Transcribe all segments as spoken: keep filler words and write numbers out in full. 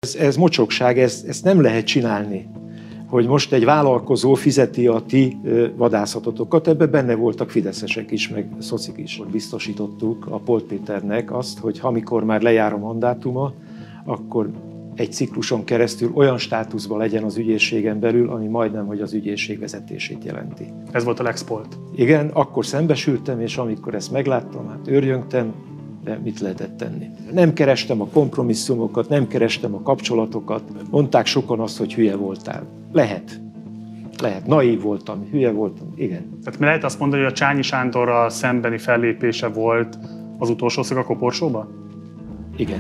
Ez, ez mocsokság, ez, ezt nem lehet csinálni. Hogy most egy vállalkozó fizeti a ti vadászatotokat, ebben benne voltak fideszesek is, meg szocik is. Biztosítottuk a Polt Péternek azt, hogy amikor már lejár a mandátuma, akkor egy cikluson keresztül olyan státuszban legyen az ügyészségen belül, ami majdnem, hogy az ügyészség vezetését jelenti. Ez volt a Lex Polt. Igen, akkor szembesültem, és amikor ezt megláttam, hát őrjöngtem, de mit lehetett tenni? Nem kerestem a kompromisszumokat, nem kerestem a kapcsolatokat. Mondták sokan azt, hogy hülye voltál. Lehet. Lehet. Naív voltam, hülye voltam. Igen. Tehát lehet azt mondani, hogy a Csányi Sándorral szembeni fellépése volt az utolsó szög a koporsóba? Igen.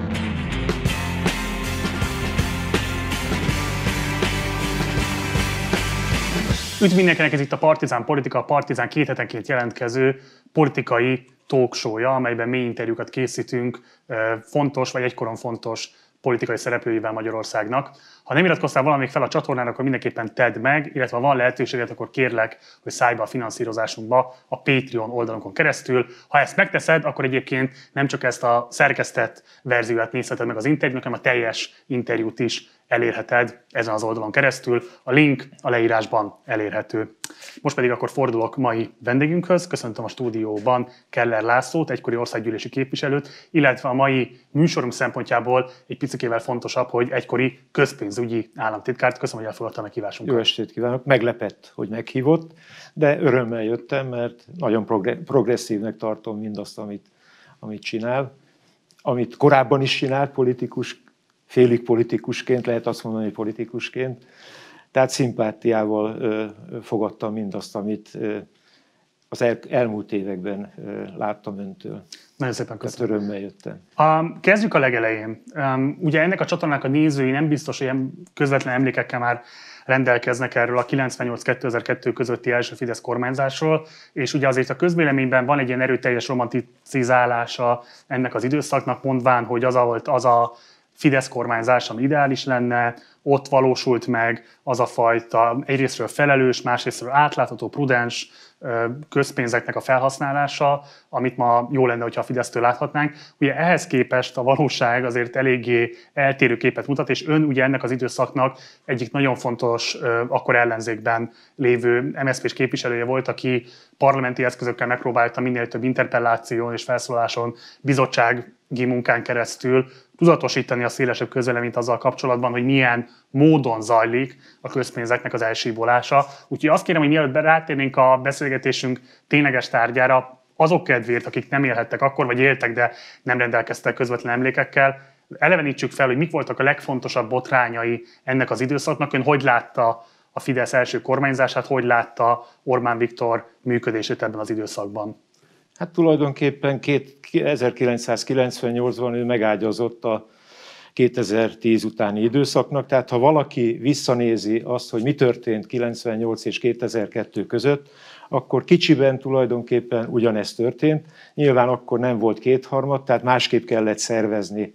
Üdv mindenkinek, ez itt a Partizán Politika, a Partizán két hetenként jelentkező politikai talkshow-ja, amelyben mély interjúkat készítünk fontos vagy egykoron fontos politikai szereplőivel Magyarországnak. Ha nem iratkoztál valamelyik fel a csatornára, akkor mindenképpen tedd meg, illetve ha van lehetőséged, akkor kérlek, hogy szállj be a finanszírozásunkba a Patreon oldalunkon keresztül. Ha ezt megteszed, akkor egyébként nem csak ezt a szerkesztett verziót nézheted meg az interjúnak, hanem a teljes interjút is elérheted ezen az oldalon keresztül. A link a leírásban elérhető. Most pedig akkor fordulok mai vendégünkhöz. Köszöntöm a stúdióban Keller Lászlót, egykori országgyűlési képviselőt, illetve a mai műsorunk szempontjából egy picikével fontosabb, hogy egykori közpénzügyi államtitkárt. Köszönöm, hogy elfogadta a meghívásunkat. Jó estét kívánok! Meglepett, hogy meghívott, de örömmel jöttem, mert nagyon progresszívnek tartom mindazt, amit, amit csinál, amit korábban is csinált politikus, félig politikusként, lehet azt mondani, hogy politikusként. Tehát szimpátiával ö, fogadtam mindazt, amit ö, az el, elmúlt években ö, láttam öntől. Nagyon szépen köszönöm. Tehát örömmel jöttem. Um, kezdjük a legelején. Um, ugye ennek a csatornának a nézői nem biztos, hogy ilyen közvetlen emlékekkel már rendelkeznek erről a kilencvennyolc kétezer-kettő közötti első Fidesz kormányzásról, és ugye azért a közvéleményben van egy ilyen erőteljes romanticizálása ennek az időszaknak, mondván, hogy az a volt az a Fidesz kormányzás, ami ideális lenne, ott valósult meg az a fajta egyrésztről felelős, másrésztről átlátható, prudens közpénzeknek a felhasználása, amit ma jó lenne, hogyha a Fidesztől láthatnánk. Ugye ehhez képest a valóság azért eléggé eltérő képet mutat, és ön ugye ennek az időszaknak egyik nagyon fontos, akkor ellenzékben lévő em es zé pés képviselője volt, aki parlamenti eszközökkel megpróbálta minél több interpelláción és felszólaláson, bizottsági munkán keresztül tudatosítani a szélesebb közvéleményt azzal kapcsolatban, hogy milyen módon zajlik a közpénzeknek az elsíbolása. Úgyhogy azt kérem, hogy mielőtt rátérnénk a beszélgetésünk tényleges tárgyára, azok kedvéért, akik nem élhettek akkor, vagy éltek, de nem rendelkeztek közvetlen emlékekkel, elevenítsük fel, hogy mik voltak a legfontosabb botrányai ennek az időszaknak, ön hogy látta a Fidesz első kormányzását, hogy látta Orbán Viktor működését ebben az időszakban? Hát tulajdonképpen ezerkilencszázkilencvennyolcban ő megágyazott a kétezer-tíz utáni időszaknak, tehát ha valaki visszanézi azt, hogy mi történt kilencvennyolc és kétezer-kettő között, akkor kicsiben tulajdonképpen ugyanezt történt. Nyilván akkor nem volt kétharmad, tehát másképp kellett szervezni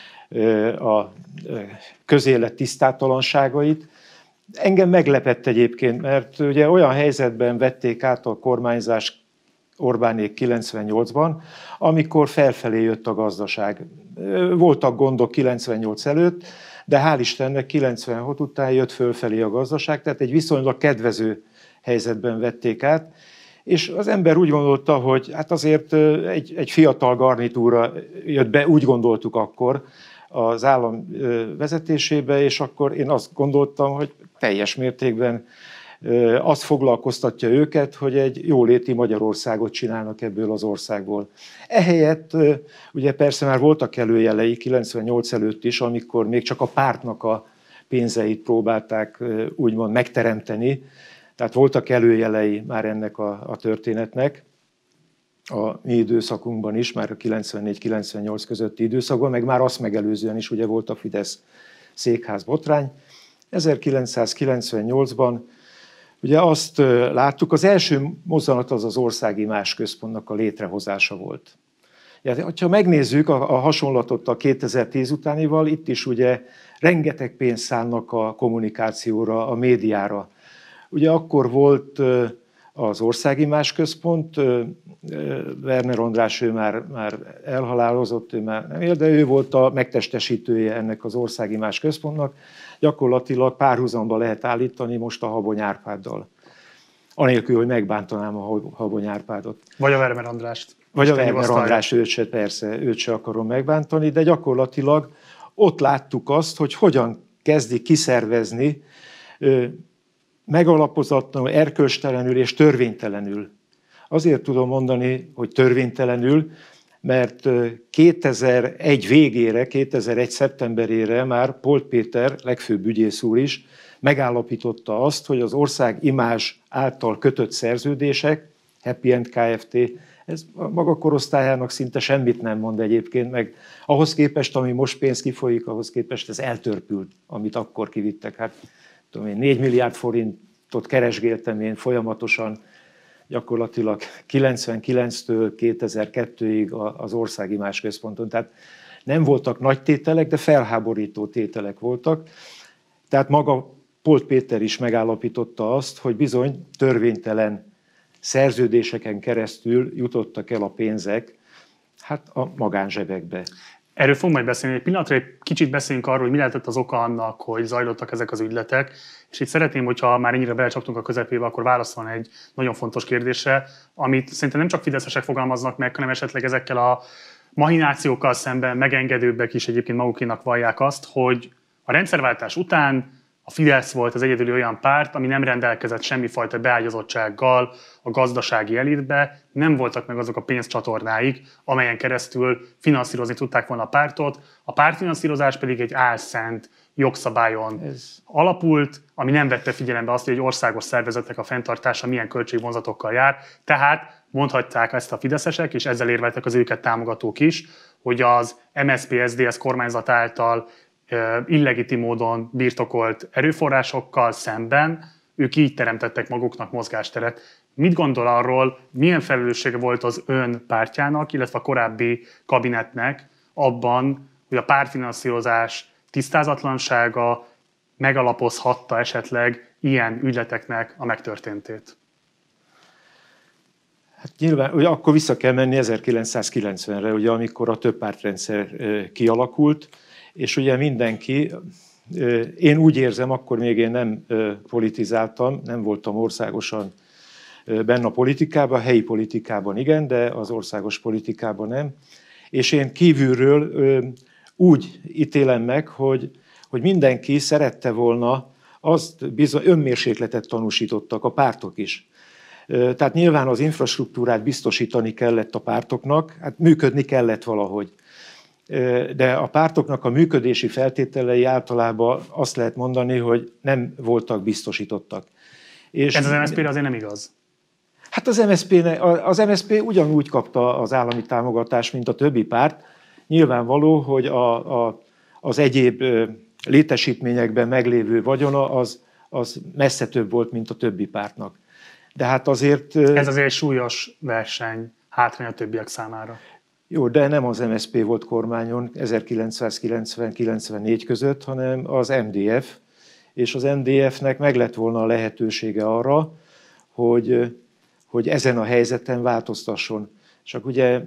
a közélet tisztátalanságait. Engem meglepett egyébként, mert ugye olyan helyzetben vették át a kormányzást Orbánék kilencvennyolcban, amikor felfelé jött a gazdaság. Voltak gondok kilencvennyolc előtt, de hál' Istennek kilencvenhat után jött fölfelé a gazdaság, tehát egy viszonylag kedvező helyzetben vették át, és az ember úgy gondolta, hogy hát azért egy, egy fiatal garnitúra jött be, úgy gondoltuk akkor az állam vezetésébe, és akkor én azt gondoltam, hogy teljes mértékben azt foglalkoztatja őket, hogy egy jóléti Magyarországot csinálnak ebből az országból. Ehelyett ugye persze már voltak előjelei kilencvennyolc előtt is, amikor még csak a pártnak a pénzeit próbálták úgymond megteremteni, tehát voltak előjelei már ennek a, a történetnek a mi időszakunkban is, már a kilencvennégy kilencvennyolc közötti időszakban, meg már azt megelőzően is ugye volt a Fidesz székház botrány. ezerkilencszázkilencvennyolcban ugye azt láttuk, az első mozzanat az az Országimázs Központnak a létrehozása volt. Ja, ha megnézzük a, a hasonlatot a kétezer-tíz utánival, itt is ugye rengeteg pénzt szánnak a kommunikációra, a médiára. Ugye akkor volt az Országimázsközpont. Werner András, ő már, már elhalálozott, ő már nem él, de ő volt a megtestesítője ennek az Országimázsközpontnak. Gyakorlatilag párhuzamba lehet állítani most a Habony Árpáddal. Anélkül, hogy megbántanám a Habony Árpádot. Vagy a Werner Andrást. Vagy a Werner András, őt se, persze, őt se akarom megbántani, de gyakorlatilag ott láttuk azt, hogy hogyan kezdik kiszervezni megalapozatlanul, erkölcstelenül és törvénytelenül. Azért tudom mondani, hogy törvénytelenül, mert kétezer-egy végére, kétezer-egy szeptemberére már Polt Péter, legfőbb ügyész úr is megállapította azt, hogy az Országimázs által kötött szerződések, Happy End Kft., ez a maga korosztályának szinte semmit nem mond egyébként, meg ahhoz képest, ami most pénz kifolyik, ahhoz képest ez eltörpült, amit akkor kivittek. Hát tudom én, négy milliárd forintot keresgéltem én folyamatosan, gyakorlatilag kilencvenkilenctől kétezer-kettőig az Országimázsközponton. Tehát nem voltak nagy tételek, de felháborító tételek voltak. Tehát maga Polt Péter is megállapította azt, hogy bizony törvénytelen szerződéseken keresztül jutottak el a pénzek hát a magánzsebekbe. Erről fogunk majd beszélni. Egy pillanatra egy kicsit beszéljünk arról, hogy mi lehetett az oka annak, hogy zajlottak ezek az ügyletek. És itt szeretném, hogyha már ennyire belecsaptunk a közepébe, akkor válaszolni egy nagyon fontos kérdésre, amit szerintem nem csak fideszesek fogalmaznak meg, hanem esetleg ezekkel a mahinációkkal szemben megengedőbbek is egyébként magukénak vallják azt, hogy a rendszerváltás után a Fidesz volt az egyedüli olyan párt, ami nem rendelkezett semmifajta beágyazottsággal a gazdasági elitbe, nem voltak meg azok a pénzcsatornáik, amelyen keresztül finanszírozni tudták volna a pártot. A pártfinanszírozás pedig egy álszent jogszabályon Ez... alapult, ami nem vette figyelembe azt, hogy egy országos szervezetnek a fenntartása milyen költségvonzatokkal jár. Tehát mondhatják ezt a fideszesek, és ezzel érveltek az őket támogatók is, hogy az em es zé pé es zé dé es kormányzat által illegitim módon birtokolt erőforrásokkal szemben ők így teremtettek maguknak mozgásteret. Mit gondol arról, milyen felelőssége volt az ön pártjának, illetve a korábbi kabinetnek abban, hogy a pártfinanszírozás tisztázatlansága megalapozhatta esetleg ilyen ügyleteknek a megtörténtét? Hát nyilván, ugye akkor vissza kell menni ezerkilencszázkilencvenre, ugye, amikor a többpártrendszer kialakult, és ugye mindenki, én úgy érzem, akkor még én nem politizáltam, nem voltam országosan benne a politikában, a helyi politikában igen, de az országos politikában nem. És én kívülről úgy ítélem meg, hogy, hogy mindenki szerette volna, azt bizony önmérsékletet tanúsítottak a pártok is. Tehát nyilván az infrastruktúrát biztosítani kellett a pártoknak, hát működni kellett valahogy. De a pártoknak a működési feltételei általában azt lehet mondani, hogy nem voltak biztosítottak. És ez az em es zé pére azért nem igaz? Hát az em es zé pé, az em es zé pé ugyanúgy kapta az állami támogatást, mint a többi párt. Nyilvánvaló, hogy a, a, az egyéb létesítményekben meglévő vagyona az, az messze több volt, mint a többi pártnak. De hát azért... Ez azért egy súlyos verseny, hátrány a többiek számára. Jó, de nem az em es zé pé volt kormányon ezerkilencszázkilencven-kilencvennégy között, hanem az em dé ef, és az em dé ef-nek meg lett volna a lehetősége arra, hogy, hogy ezen a helyzeten változtasson. Csak ugye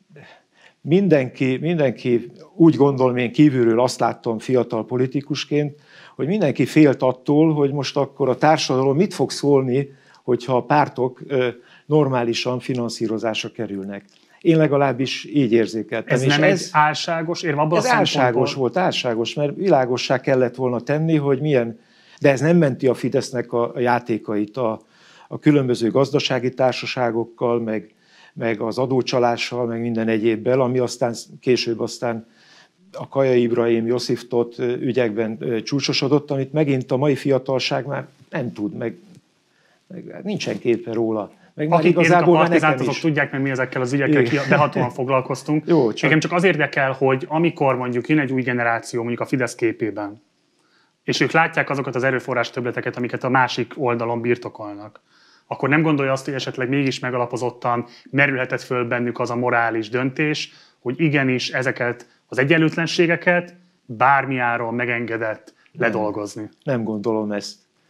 mindenki, mindenki úgy gondolom, én kívülről azt láttam fiatal politikusként, hogy mindenki félt attól, hogy most akkor a társadalom mit fog szólni, hogyha a pártok normálisan finanszírozásra kerülnek. Én legalábbis így érzékeltem. Ez és nem ez, egy álságos érv abban ez a álságos volt, álságos, mert világossá kellett volna tenni, hogy milyen, de ez nem menti a Fidesznek a, a játékait a, a különböző gazdasági társaságokkal, meg, meg az adócsalással, meg minden egyébbel, ami aztán később aztán a Kaya Ibrahim, Josiftot ügyekben csúcsosodott, amit megint a mai fiatalság már nem tud, meg, meg nincsen képe róla. Meg akik igazából a partizát, azok tudják, mert mi ezekkel az ügyekkel behatóan foglalkoztunk. Jó, csak... Nekem csak az érdekel, hogy amikor mondjuk jön egy új generáció, mondjuk a Fidesz képében, és ők látják azokat az erőforrás többleteket, amiket a másik oldalon birtokolnak, akkor nem gondolja azt, hogy esetleg mégis megalapozottan merülhetett föl bennük az a morális döntés, hogy igenis ezeket az egyenlőtlenségeket bármi áron megengedett ledolgozni. Nem, nem gondolom ezt.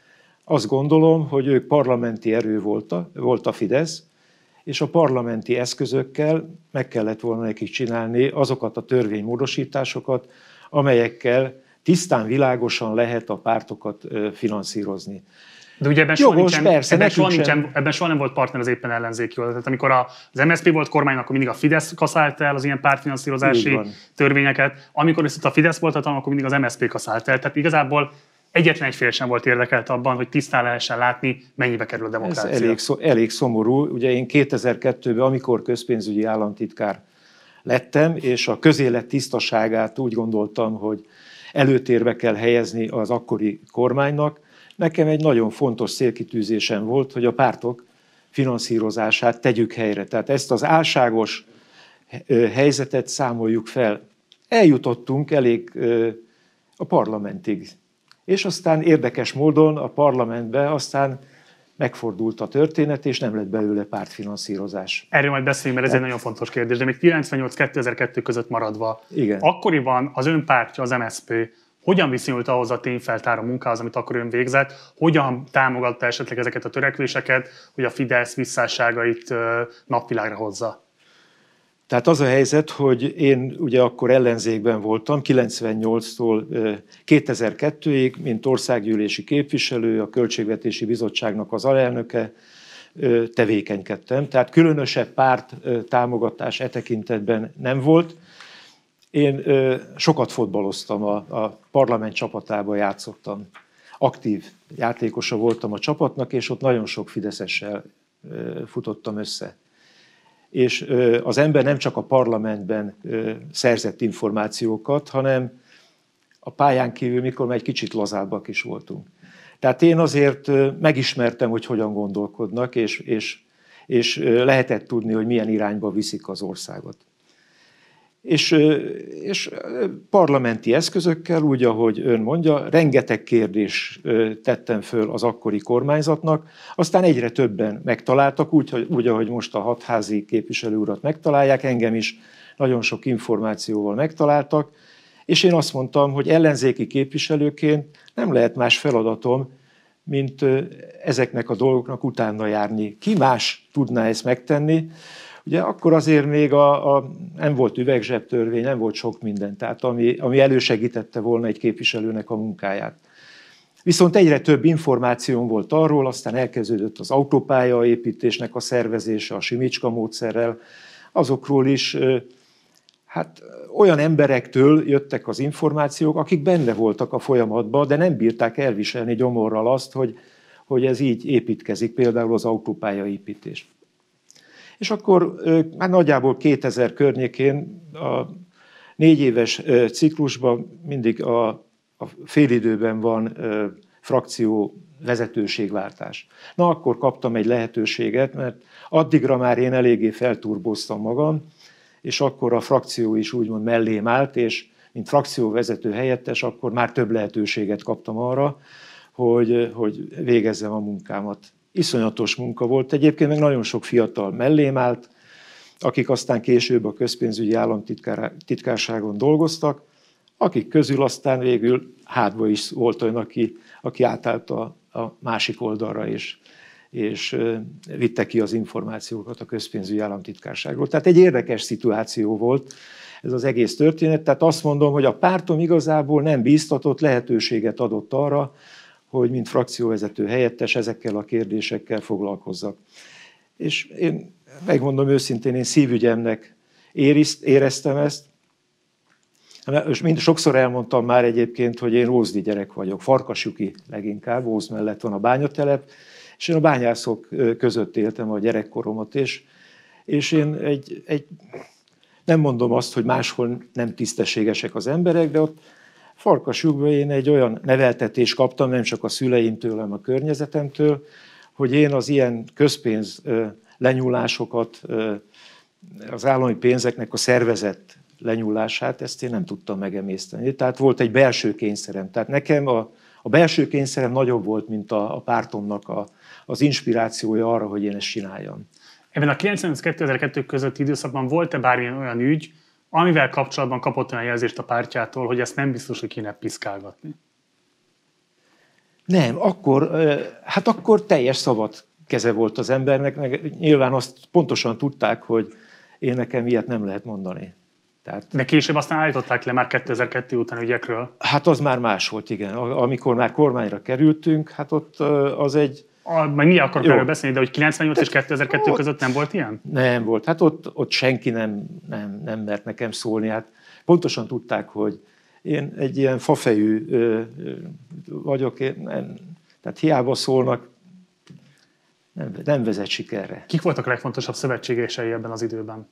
azt gondolom, hogy ők parlamenti erő volt a, volt a Fidesz, és a parlamenti eszközökkel meg kellett volna nekik csinálni azokat a törvénymódosításokat, amelyekkel tisztán, világosan lehet a pártokat finanszírozni. De ugye ebben soha, Jogos, nincsen, persze, ebben, soha nincsen, ebben soha nem volt partner az éppen ellenzéki oldal. Tehát amikor az em es zé pé volt kormány, akkor mindig a Fidesz kaszálta el az ilyen pártfinanszírozási törvényeket. Amikor viszont a Fidesz volt hatalom, akkor mindig az em es zé pé kaszálta el. Tehát igazából egyetlen egy fél sem volt érdekelt abban, hogy tisztán lehessen látni, mennyibe kerül a demokrácia. Ez elég, elég szomorú. Ugye én kétezer-kettőben, amikor közpénzügyi államtitkár lettem, és a közélet tisztaságát úgy gondoltam, hogy előtérbe kell helyezni az akkori kormánynak, nekem egy nagyon fontos célkitűzésem volt, hogy a pártok finanszírozását tegyük helyre. Tehát ezt az álságos helyzetet számoljuk fel. Eljutottunk elég a parlamentig. És aztán érdekes módon a parlamentben aztán megfordult a történet, és nem lett belőle pártfinanszírozás. Erről majd beszéljünk, mert ez egy nagyon fontos kérdés, de még kilencvennyolc kétezer-kettő között maradva. Igen. Akkoriban az ön pártja, az em es zé pé hogyan viszonyult ahhoz a tényfeltáró munkához, amit akkor ön végzett, hogyan támogatta esetleg ezeket a törekvéseket, hogy a Fidesz visszásságait napvilágra hozza? Tehát az a helyzet, hogy én ugye akkor ellenzékben voltam, kilencvennyolctól kétezer-kettőig, mint országgyűlési képviselő, a Költségvetési Bizottságnak az alelnöke, tevékenykedtem. Tehát különösebb párt támogatás e tekintetben nem volt. Én sokat fotbaloztam, a, a parlament csapatában játszottam. Aktív játékosa voltam a csapatnak, és ott nagyon sok fideszessel futottam össze. És az ember nem csak a parlamentben szerzett információkat, hanem a pályán kívül, mikor már egy kicsit lazábbak is voltunk. Tehát én azért megismertem, hogy hogyan gondolkodnak, és, és, és lehetett tudni, hogy milyen irányba viszik az országot. És, és parlamenti eszközökkel, úgy, ahogy ön mondja, rengeteg kérdést tettem föl az akkori kormányzatnak, aztán egyre többen megtaláltak, úgy, hogy, úgy ahogy most a hatházi képviselő urat megtalálják, engem is nagyon sok információval megtaláltak, és én azt mondtam, hogy ellenzéki képviselőként nem lehet más feladatom, mint ezeknek a dolgoknak utána járni. Ki más tudná ezt megtenni? Ugye akkor azért még a, a, nem volt üvegzsebtörvény, nem volt sok minden, tehát ami, ami elősegítette volna egy képviselőnek a munkáját. Viszont egyre több információm volt arról, aztán elkezdődött az autópályaépítésnek a szervezése, a Simicska módszerrel, azokról is, hát olyan emberektől jöttek az információk, akik benne voltak a folyamatban, de nem bírták elviselni gyomorral azt, hogy, hogy ez így építkezik, például az autópályaépítés. És akkor már nagyjából kétezer környékén a négy éves ciklusban mindig a, a félidőben van frakció vezetőségváltás. Na akkor kaptam egy lehetőséget, mert addigra már én eléggé felturboztam magam, és akkor a frakció is úgymond mellém állt, és mint frakcióvezető helyettes, akkor már több lehetőséget kaptam arra, hogy, hogy végezzem a munkámat. Iszonyatos munka volt. Egyébként meg nagyon sok fiatal mellém állt, akik aztán később a közpénzügyi államtitkárságon dolgoztak, akik közül aztán végül hátba is volt olyan, aki, aki átállt a, a másik oldalra, és, és vitte ki az információkat a közpénzügyi államtitkárságról. Tehát egy érdekes szituáció volt ez az egész történet. Tehát azt mondom, hogy a pártom igazából nem bíztatott, lehetőséget adott arra, hogy mint frakcióvezető helyettes ezekkel a kérdésekkel foglalkozzak. És én megmondom őszintén, én szívügyemnek éreztem ezt. És mind sokszor elmondtam már egyébként, hogy én ózdi gyerek vagyok, farkasjuki leginkább, Ózd mellett van a bányatelep, és én a bányászok között éltem a gyerekkoromat, és, és én egy, egy, nem mondom azt, hogy máshol nem tisztességesek az emberek, de ott Farkasjukban én egy olyan neveltetést kaptam, nem csak a szüleimtől, hanem a környezetemtől, hogy én az ilyen közpénz lenyúlásokat, az állami pénzeknek a szervezett lenyúlását, ezt én nem tudtam megemészteni. Tehát volt egy belső kényszerem. Tehát nekem a, a belső kényszerem nagyobb volt, mint a, a pártomnak a, az inspirációja arra, hogy én ezt csináljam. Ebben a kilencvennyolc kétezer-kettő közötti időszakban volt-e bármilyen olyan ügy, amivel kapcsolatban kapott olyan jelzést a pártjától, hogy ezt nem biztos, hogy kéne piszkálgatni? Nem, akkor, hát akkor teljes szabad keze volt az embernek, meg nyilván azt pontosan tudták, hogy én nekem ilyet nem lehet mondani. Tehát, de később aztán állították le már kétezer-kettő után ügyekről. Hát az már más volt, igen. Amikor már kormányra kerültünk, hát ott az egy... A, majd mi akarok erről beszélni, de hogy kilencvennyolc és kétezer-kettő ott, között nem volt ilyen? Nem volt. Hát ott, ott senki nem, nem, nem mert nekem szólni. Hát pontosan tudták, hogy én egy ilyen fafejű ö, ö, vagyok, én nem, tehát hiába szólnak, nem, nem vezet sikerre. Kik voltak a legfontosabb szövetségesei ebben az időben?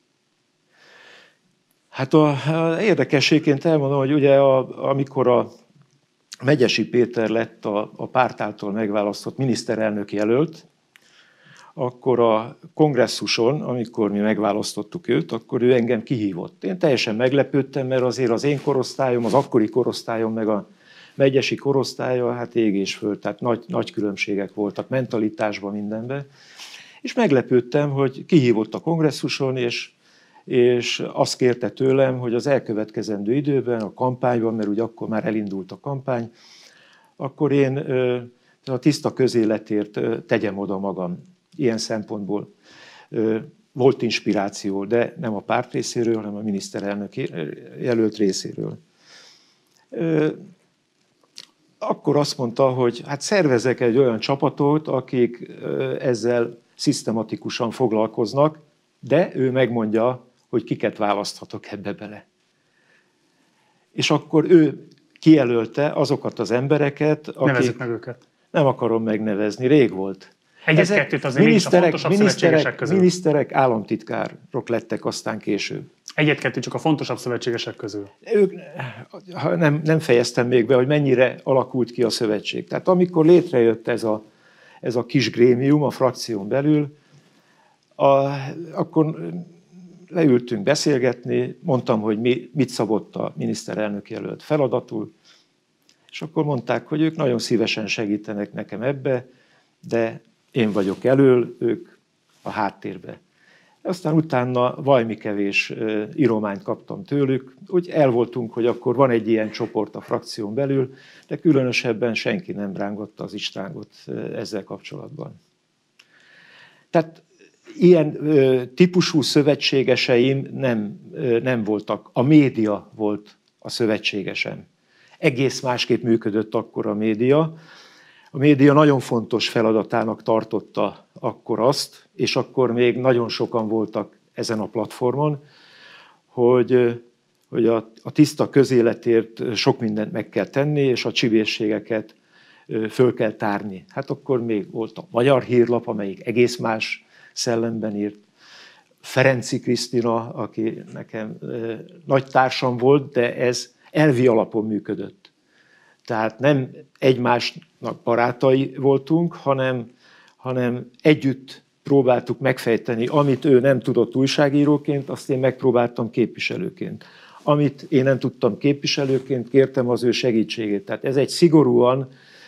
Hát a, a érdekességként elmondom, hogy ugye a, amikor a Megyesi Péter lett a, a párt által megválasztott miniszterelnök jelölt, akkor a kongresszuson, amikor mi megválasztottuk őt, akkor ő engem kihívott. Én teljesen meglepődtem, mert azért az én korosztályom, az akkori korosztályom, meg a megyesi korosztálya, hát ég és föld, tehát nagy, nagy különbségek voltak mentalitásban, mindenben. És meglepődtem, hogy kihívott a kongresszuson, és, és azt kérte tőlem, hogy az elkövetkezendő időben, a kampányban, mert ugye akkor már elindult a kampány, akkor én a tiszta közéletért tegyem oda magam. Ilyen szempontból volt inspiráció, de nem a párt részéről, hanem a miniszterelnök jelölt részéről. Akkor azt mondta, hogy hát szervezek egy olyan csapatot, akik ezzel szisztematikusan foglalkoznak, de ő megmondja, hogy kiket választhatok ebbe bele. És akkor ő kijelölte azokat az embereket, akik... Nevezzük meg őket. Nem akarom megnevezni, rég volt. Egyet-kettőt azért mégis a fontosabb szövetségesek közül. Miniszterek, államtitkárok lettek aztán később. Egyet-kettő csak a fontosabb szövetségesek közül. Ők, nem, nem fejeztem még be, hogy mennyire alakult ki a szövetség. Tehát amikor létrejött ez a, ez a kis grémium a frakción belül, a, akkor leültünk beszélgetni, mondtam, hogy mi, mit szabott a miniszterelnök jelölt feladatul, és akkor mondták, hogy ők nagyon szívesen segítenek nekem ebbe, de én vagyok elől, ők a háttérbe. Aztán utána valami kevés írományt kaptam tőlük, úgy el voltunk, hogy akkor van egy ilyen csoport a frakción belül, de különösebben senki nem rángotta az istángot ezzel kapcsolatban. Tehát ilyen típusú szövetségeseim nem, nem voltak. A média volt a szövetségesem. Egész másképp működött akkor a média. A média nagyon fontos feladatának tartotta akkor azt, és akkor még nagyon sokan voltak ezen a platformon, hogy, hogy a, a tiszta közéletért sok mindent meg kell tenni, és a csibészségeket föl kell tárni. Hát akkor még volt a Magyar Hírlap, amelyik egész más szellemben írt. Ferenczy Krisztina, aki nekem nagy társam volt, de ez elvi alapon működött. Tehát nem egymásnak barátai voltunk, hanem, hanem együtt próbáltuk megfejteni, amit ő nem tudott újságíróként, azt én megpróbáltam képviselőként. Amit én nem tudtam képviselőként, kértem az ő segítségét. Tehát ez egy szigorúan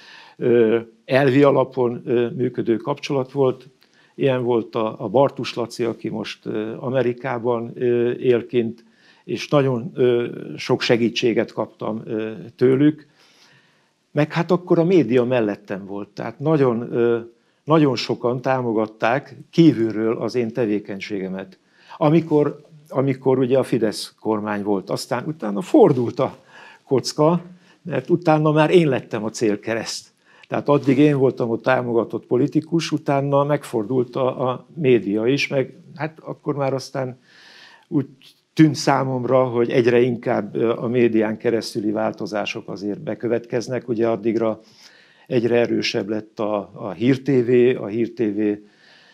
elvi alapon működő kapcsolat volt. Ilyen volt a Bartus Laci, aki most Amerikában él kint, és nagyon sok segítséget kaptam tőlük. Meg hát akkor a média mellettem volt, tehát nagyon, nagyon sokan támogatták kívülről az én tevékenységemet. Amikor, amikor ugye a Fidesz kormány volt, aztán utána fordult a kocka, mert utána már én lettem a célkereszt. Tehát addig én voltam a támogatott politikus, utána megfordult a, a média is, meg hát akkor már aztán úgy tűnt számomra, hogy egyre inkább a médián keresztüli változások azért bekövetkeznek. Ugye addigra egyre erősebb lett a, a Hír té vé, a Hír té vé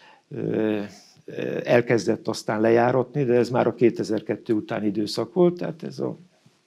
elkezdett aztán lejáratni, de ez már a kétezer-kettő utáni időszak volt, tehát ez a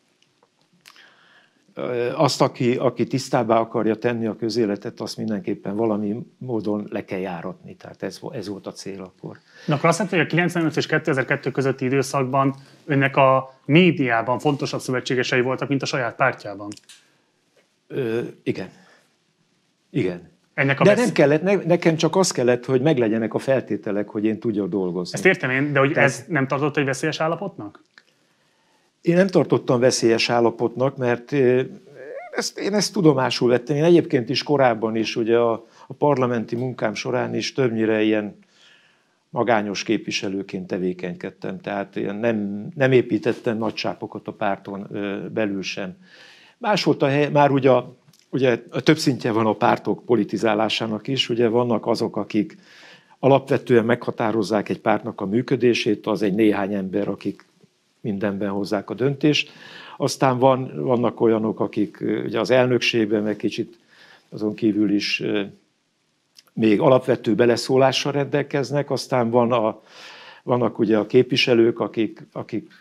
azt, aki, aki tisztábbá akarja tenni a közéletet, azt mindenképpen valami módon le kell járatni. Tehát ez, ez volt a cél akkor. Na akkor azt mondta, hogy a kilencvennyolc és kétezer-kettő közötti időszakban önnek a médiában fontosabb szövetségesei voltak, mint a saját pártjában. Ö, igen. Igen. Ennek a De vesz... nem kellett, ne, nekem csak az kellett, hogy meglegyenek a feltételek, hogy én tudjak dolgozni. Ezt értem én, de hogy Tehát... ez nem tartott egy veszélyes állapotnak? Én nem tartottam veszélyes állapotnak, mert ezt, én ezt tudomásul vettem. Én egyébként is korábban is, ugye a, a parlamenti munkám során is többnyire ilyen magányos képviselőként tevékenykedtem, tehát én nem, nem építettem nagy csápokat a párton belül sem. Más volt a hely, már ugye, ugye több szintje van a pártok politizálásának is, ugye vannak azok, akik alapvetően meghatározzák egy pártnak a működését, az egy néhány ember, akik mindenben hozzák a döntést. Aztán van, vannak olyanok, akik ugye az elnökségben, meg kicsit azon kívül is még alapvető beleszólással rendelkeznek, aztán van a, vannak ugye a képviselők, akik, akik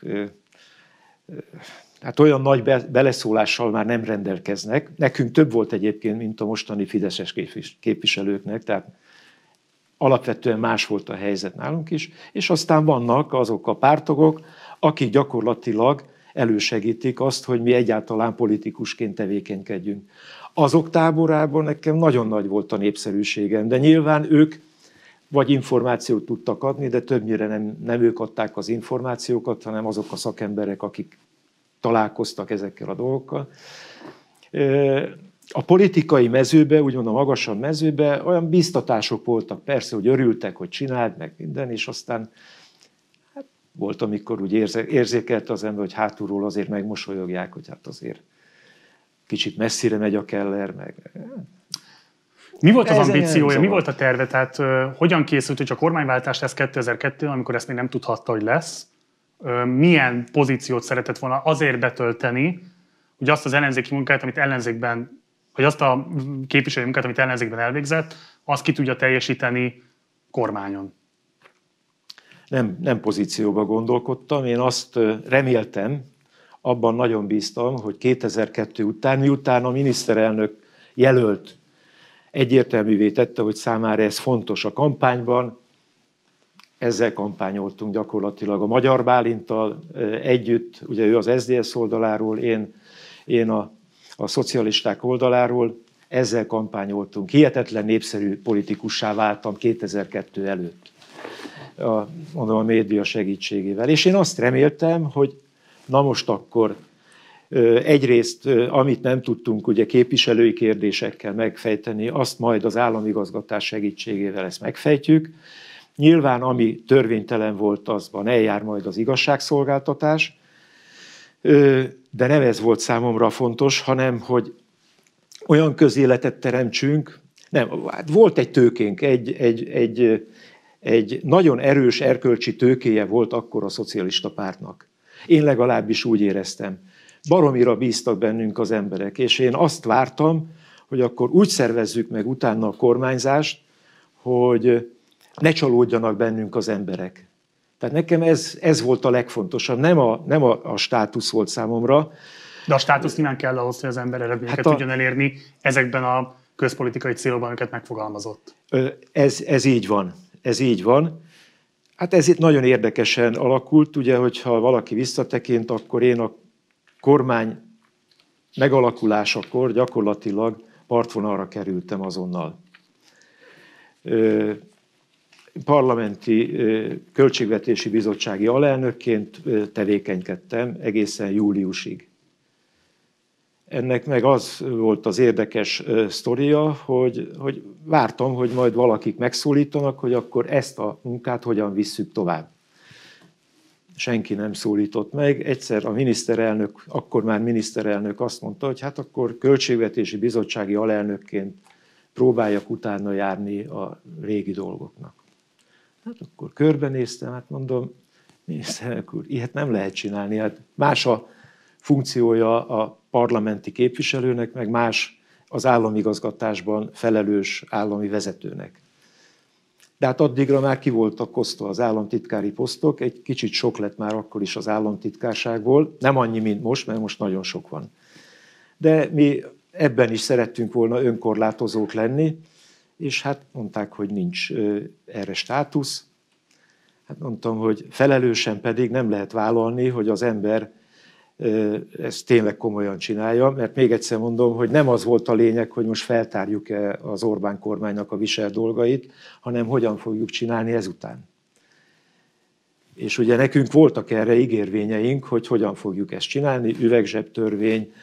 hát olyan nagy beleszólással már nem rendelkeznek. Nekünk több volt egyébként, mint a mostani fideszes képviselőknek, tehát alapvetően más volt a helyzet nálunk is, és aztán vannak azok a pártagok, akik gyakorlatilag elősegítik azt, hogy mi egyáltalán politikusként tevékenykedjünk. Azok táborában nekem nagyon nagy volt a népszerűségem, de nyilván ők vagy információt tudtak adni, de többnyire nem, nem ők adták az információkat, hanem azok a szakemberek, akik találkoztak ezekkel a dolgokkal. A politikai mezőbe, úgymond a magasabb mezőbe olyan biztatások voltak, persze, hogy örültek, hogy csináld, meg minden, és aztán hát, volt, amikor úgy érzékelte az ember, hogy hátulról azért megmosolyogják, hogy hát azért kicsit messzire megy a Keller, meg... Mi volt az ambíciója, mi volt a terve? Tehát uh, hogyan készült, hogy a kormányváltás lesz kétezer-kettő, amikor ezt még nem tudhatta, hogy lesz? Uh, milyen pozíciót szeretett volna azért betölteni, hogy azt az ellenzéki munkát, amit ellenzékben, vagy azt a képviselői munkát, amit ellenzékben elvégzett, azt ki tudja teljesíteni kormányon? Nem, nem pozícióba gondolkodtam, én azt reméltem, abban nagyon bíztam, hogy kétezer-kettő után, miután a miniszterelnök jelölt egyértelművé tette, hogy számára ez fontos a kampányban, ezzel kampányoltunk gyakorlatilag a Magyar Bálinttal együtt, ugye ő az es zé dé es oldaláról, én, én a, a szocialisták oldaláról, ezzel kampányoltunk. Hihetetlen népszerű politikussá váltam kétezer-kettő előtt, a, mondom a média segítségével. És én azt reméltem, hogy na most akkor egyrészt, amit nem tudtunk ugye képviselői kérdésekkel megfejteni, azt majd az államigazgatás segítségével ezt megfejtjük. Nyilván, ami törvénytelen volt, azban eljár majd az igazságszolgáltatás, de nem ez volt számomra fontos, hanem hogy olyan közéletet teremtsünk, nem, volt egy tőkénk, egy, egy, egy, egy nagyon erős erkölcsi tőkéje volt akkor a szocialista pártnak. Én legalábbis úgy éreztem. Baromira bíztak bennünk az emberek, és én azt vártam, hogy akkor úgy szervezzük meg utána a kormányzást, hogy ne csalódjanak bennünk az emberek. Tehát nekem ez, ez volt a legfontosabb, nem a, nem a, a státusz volt számomra. De a státusz nyilván kell ahhoz, hogy az ember eredményeket hát a, tudjon elérni ezekben a közpolitikai célokban, amiket megfogalmazott. Ez, ez így van, ez így van. Hát ez itt nagyon érdekesen alakult, ugye, hogyha valaki visszatekint, akkor én a kormány megalakulásakor gyakorlatilag partvonalra kerültem azonnal. Parlamenti költségvetési bizottsági alelnökként tevékenykedtem egészen júliusig. Ennek meg az volt az érdekes sztoria, hogy, hogy vártam, hogy majd valakik megszólítanak, hogy akkor ezt a munkát hogyan visszük tovább. Senki nem szólított meg. Egyszer a miniszterelnök, akkor már miniszterelnök azt mondta, hogy hát akkor költségvetési bizottsági alelnökként próbáljak utána járni a régi dolgoknak. Hát akkor körbenéztem, hát mondom, miniszterelnök úr, ilyet nem lehet csinálni. Hát más a funkciója a parlamenti képviselőnek, meg más az államigazgatásban felelős állami vezetőnek. De hát addigra már ki voltak osztva az államtitkári posztok, egy kicsit sok lett már akkor is az államtitkárságból, nem annyi, mint most, mert most nagyon sok van. De mi ebben is szerettünk volna önkorlátozók lenni, és hát mondták, hogy nincs erre státusz. Hát mondtam, hogy felelősen pedig nem lehet vállalni, hogy az ember ezt tényleg komolyan csinálja, mert még egyszer mondom, hogy nem az volt a lényeg, hogy most feltárjuk-e az Orbán kormánynak a visel dolgait, hanem hogyan fogjuk csinálni ezután. És ugye nekünk voltak erre ígérvényeink, hogy hogyan fogjuk ezt csinálni, üvegzsebtörvény,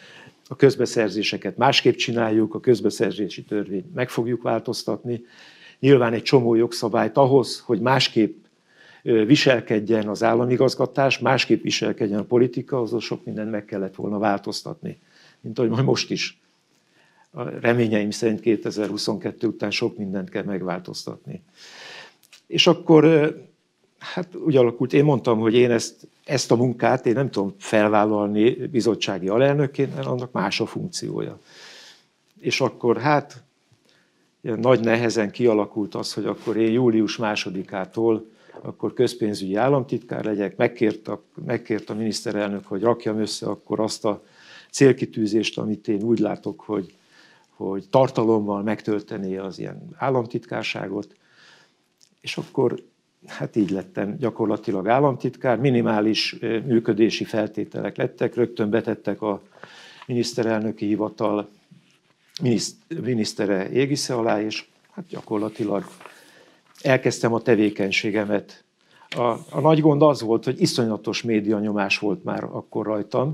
a közbeszerzéseket másképp csináljuk, a közbeszerzési törvényt meg fogjuk változtatni. Nyilván egy csomó jogszabályt ahhoz, hogy másképp viselkedjen az államigazgatás, másképp viselkedjen a politika, azon sok mindent meg kellett volna változtatni. Mint ahogy most is. A reményeim szerint kétezer-huszonkettő után sok mindent kell megváltoztatni. És akkor hát úgy alakult, én mondtam, hogy én ezt, ezt a munkát én nem tudom felvállalni bizottsági alelnökként, mert annak más a funkciója. És akkor hát ilyen nagy nehezen kialakult az, hogy akkor én július másodikától akkor közpénzügyi államtitkár legyek, megkért a, megkért a miniszterelnök, hogy rakjam össze akkor azt a célkitűzést, amit én úgy látok, hogy, hogy tartalommal megtöltené az ilyen államtitkárságot, és akkor hát így lettem gyakorlatilag államtitkár, minimális működési feltételek lettek, rögtön betettek a miniszterelnöki hivatal minisztere égisze alá, és hát gyakorlatilag elkezdtem a tevékenységemet. A, a nagy gond az volt, hogy iszonyatos médianyomás volt már akkor rajtam.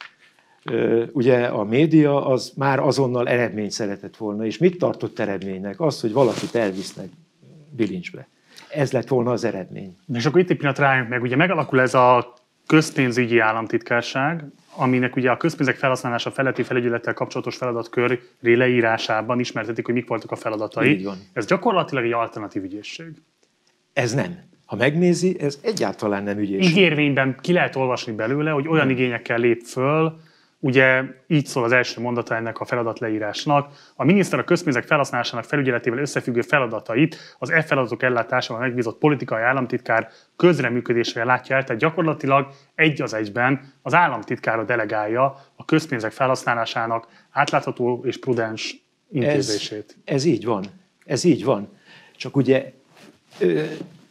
Ugye a média az már azonnal eredményt szeretett volna, és mit tartott eredménynek? Az, hogy valakit elvisznek bilincsbe. Ez lett volna az eredmény. És akkor itt egy pillanat rájönk meg, ugye megalakul ez a közpénzügyi államtitkárság, aminek ugye a közpénzek felhasználása feletti felügyelettel kapcsolatos feladatkör leírásában ismertetik, hogy mik voltak a feladatai. Ez gyakorlatilag egy alternatív ügyészség. Ez nem. Ha megnézi, ez egyáltalán nem ügyészség. Ígérvényben ki lehet olvasni belőle, hogy olyan igényekkel lép föl, ugye így szól az első mondata ennek a feladatleírásnak. A miniszter a közpénzek felhasználásának felügyeletével összefüggő feladatait az e feladatok ellátásával megbízott politikai államtitkár közreműködésre látja el, tehát gyakorlatilag egy az egyben az államtitkára delegálja a közpénzek felhasználásának átlátható és prudens intézését. Ez, ez így van. Ez így van. Csak ugye... Ö,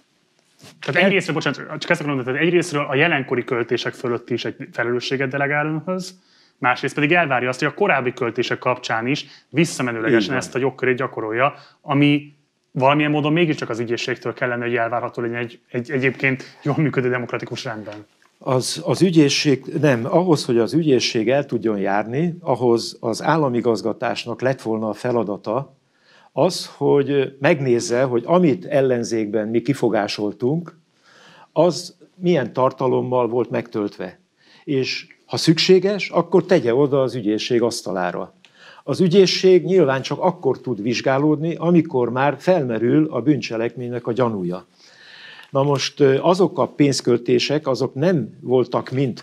tehát egyrésztről, bocsánat, csak ezt akarom mondani, tehát egyrésztről a jelenkori költések fölött is egy felelősséget delegál önhöz, másrészt pedig elvárja azt, hogy a korábbi költések kapcsán is visszamenőlegesen ezt a jogkörét gyakorolja, ami valamilyen módon mégiscsak az ügyészségtől kellene, hogy elvárható legyen egy, egy egyébként jól működő demokratikus rendben. Az, az ügyészség, nem, ahhoz, hogy az ügyészség el tudjon járni, ahhoz az államigazgatásnak lett volna a feladata az, hogy megnézze, hogy amit ellenzékben mi kifogásoltunk, az milyen tartalommal volt megtöltve. És ha szükséges, akkor tegye oda az ügyészség asztalára. Az ügyészség nyilván csak akkor tud vizsgálódni, amikor már felmerül a bűncselekménynek a gyanúja. Na most azok a pénzköltések, azok nem voltak mind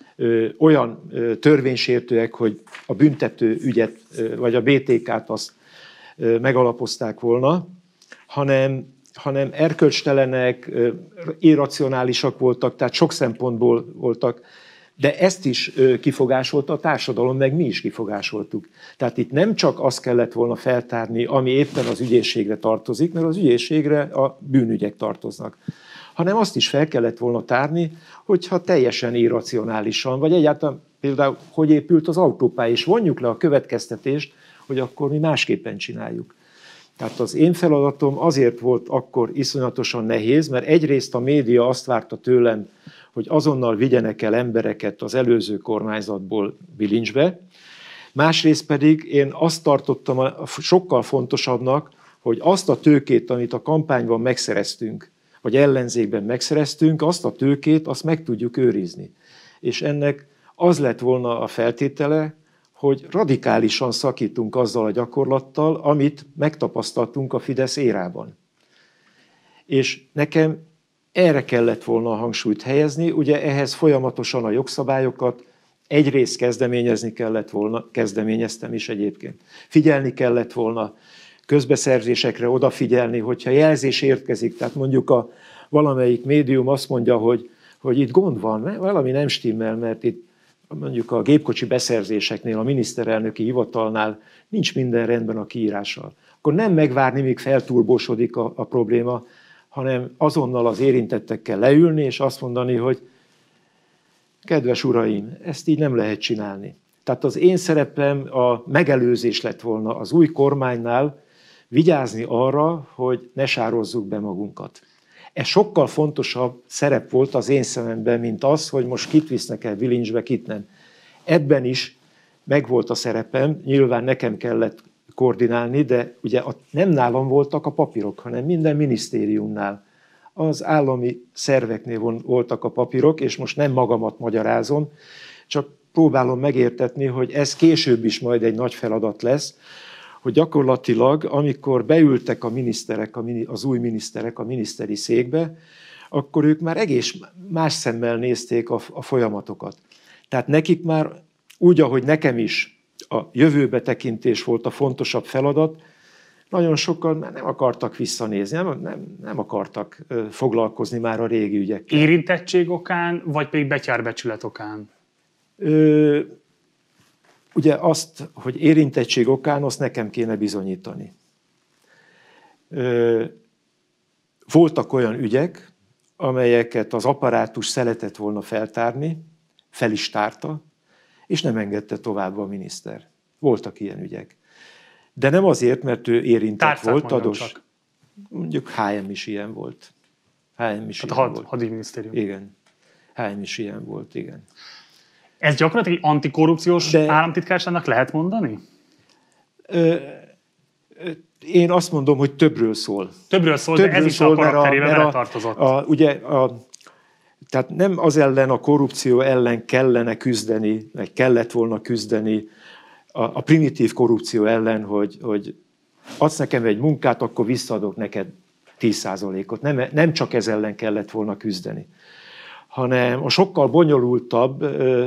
olyan törvénysértőek, hogy a büntető ügyet, vagy a bé té ká-t azt megalapozták volna, hanem, hanem erkölcstelenek, irracionálisak voltak, tehát sok szempontból voltak, de ezt is kifogásolta a társadalom, meg mi is kifogásoltuk. Tehát itt nem csak azt kellett volna feltárni, ami éppen az ügyészségre tartozik, mert az ügyészségre a bűnügyek tartoznak, hanem azt is fel kellett volna tárni, hogyha teljesen irracionálisan, vagy egyáltalán például, hogy épült az autópálya, és vonjuk le a következtetést, hogy akkor mi másképpen csináljuk. Tehát az én feladatom azért volt akkor iszonyatosan nehéz, mert egyrészt a média azt várta tőlem, hogy azonnal vigyenek el embereket az előző kormányzatból bilincsbe, másrészt pedig én azt tartottam sokkal fontosabbnak, hogy azt a tőkét, amit a kampányban megszereztünk, vagy ellenzékben megszereztünk, azt a tőkét, azt meg tudjuk őrizni. És ennek az lett volna a feltétele, hogy radikálisan szakítunk azzal a gyakorlattal, amit megtapasztaltunk a Fidesz érában. És nekem erre kellett volna a hangsúlyt helyezni, ugye ehhez folyamatosan a jogszabályokat egyrészt kezdeményezni kellett volna, kezdeményeztem is egyébként. Figyelni kellett volna, közbeszerzésekre odafigyelni, hogyha jelzés érkezik, tehát mondjuk a valamelyik médium azt mondja, hogy, hogy itt gond van, valami nem stimmel, mert itt mondjuk a gépkocsi beszerzéseknél, a miniszterelnöki hivatalnál nincs minden rendben a kiírással. Akkor nem megvárni, míg felturbósodik a, a probléma, hanem azonnal az érintettekkel leülni, és azt mondani, hogy kedves uraim, ezt így nem lehet csinálni. Tehát az én szerepem a megelőzés lett volna az új kormánynál, vigyázni arra, hogy ne sározzuk be magunkat. Ez sokkal fontosabb szerep volt az én szememben, mint az, hogy most kit visznek el bilincsbe, kit nem. Ebben is megvolt a szerepem, nyilván nekem kellett koordinálni, de ugye nem nálam voltak a papírok, hanem minden minisztériumnál. Az állami szerveknél voltak a papírok, és most nem magamat magyarázom, csak próbálom megértetni, hogy ez később is majd egy nagy feladat lesz, hogy gyakorlatilag, amikor beültek a miniszterek, az új miniszterek a miniszteri székbe, akkor ők már egész más szemmel nézték a, a folyamatokat. Tehát nekik már úgy, ahogy nekem is a jövőbe tekintés volt a fontosabb feladat, nagyon sokan már nem akartak visszanézni, nem, nem, nem akartak foglalkozni már a régi ügyekkel. Érintettség okán, vagy pedig betyárbecsület okán? Ö, ugye azt, hogy érintettség okán, azt nekem kéne bizonyítani. Ö, voltak olyan ügyek, amelyeket az apparátus szeretett volna feltárni, fel is tárta, és nem engedte tovább a miniszter. Voltak ilyen ügyek. De nem azért, mert ő érintett Tárcát volt, adós. Csak. Mondjuk há em is ilyen volt. há em is Tehát ilyen a had, volt. hadügyminisztérium. Igen. há em is ilyen volt, igen. Ez gyakorlatilag egy antikorrupciós De... államtitkárságnak lehet mondani? Ö, ö, én azt mondom, hogy többről szól. Többről szól, többről de ez is szól, a karakterével mert a, mert beletartozott. A, a, ugye a, tehát nem az ellen, a korrupció ellen kellene küzdeni, meg kellett volna küzdeni, a, a primitív korrupció ellen, hogy, hogy adsz nekem egy munkát, akkor visszaadok neked tíz százalékot. Nem, nem csak ez ellen kellett volna küzdeni, hanem a sokkal bonyolultabb,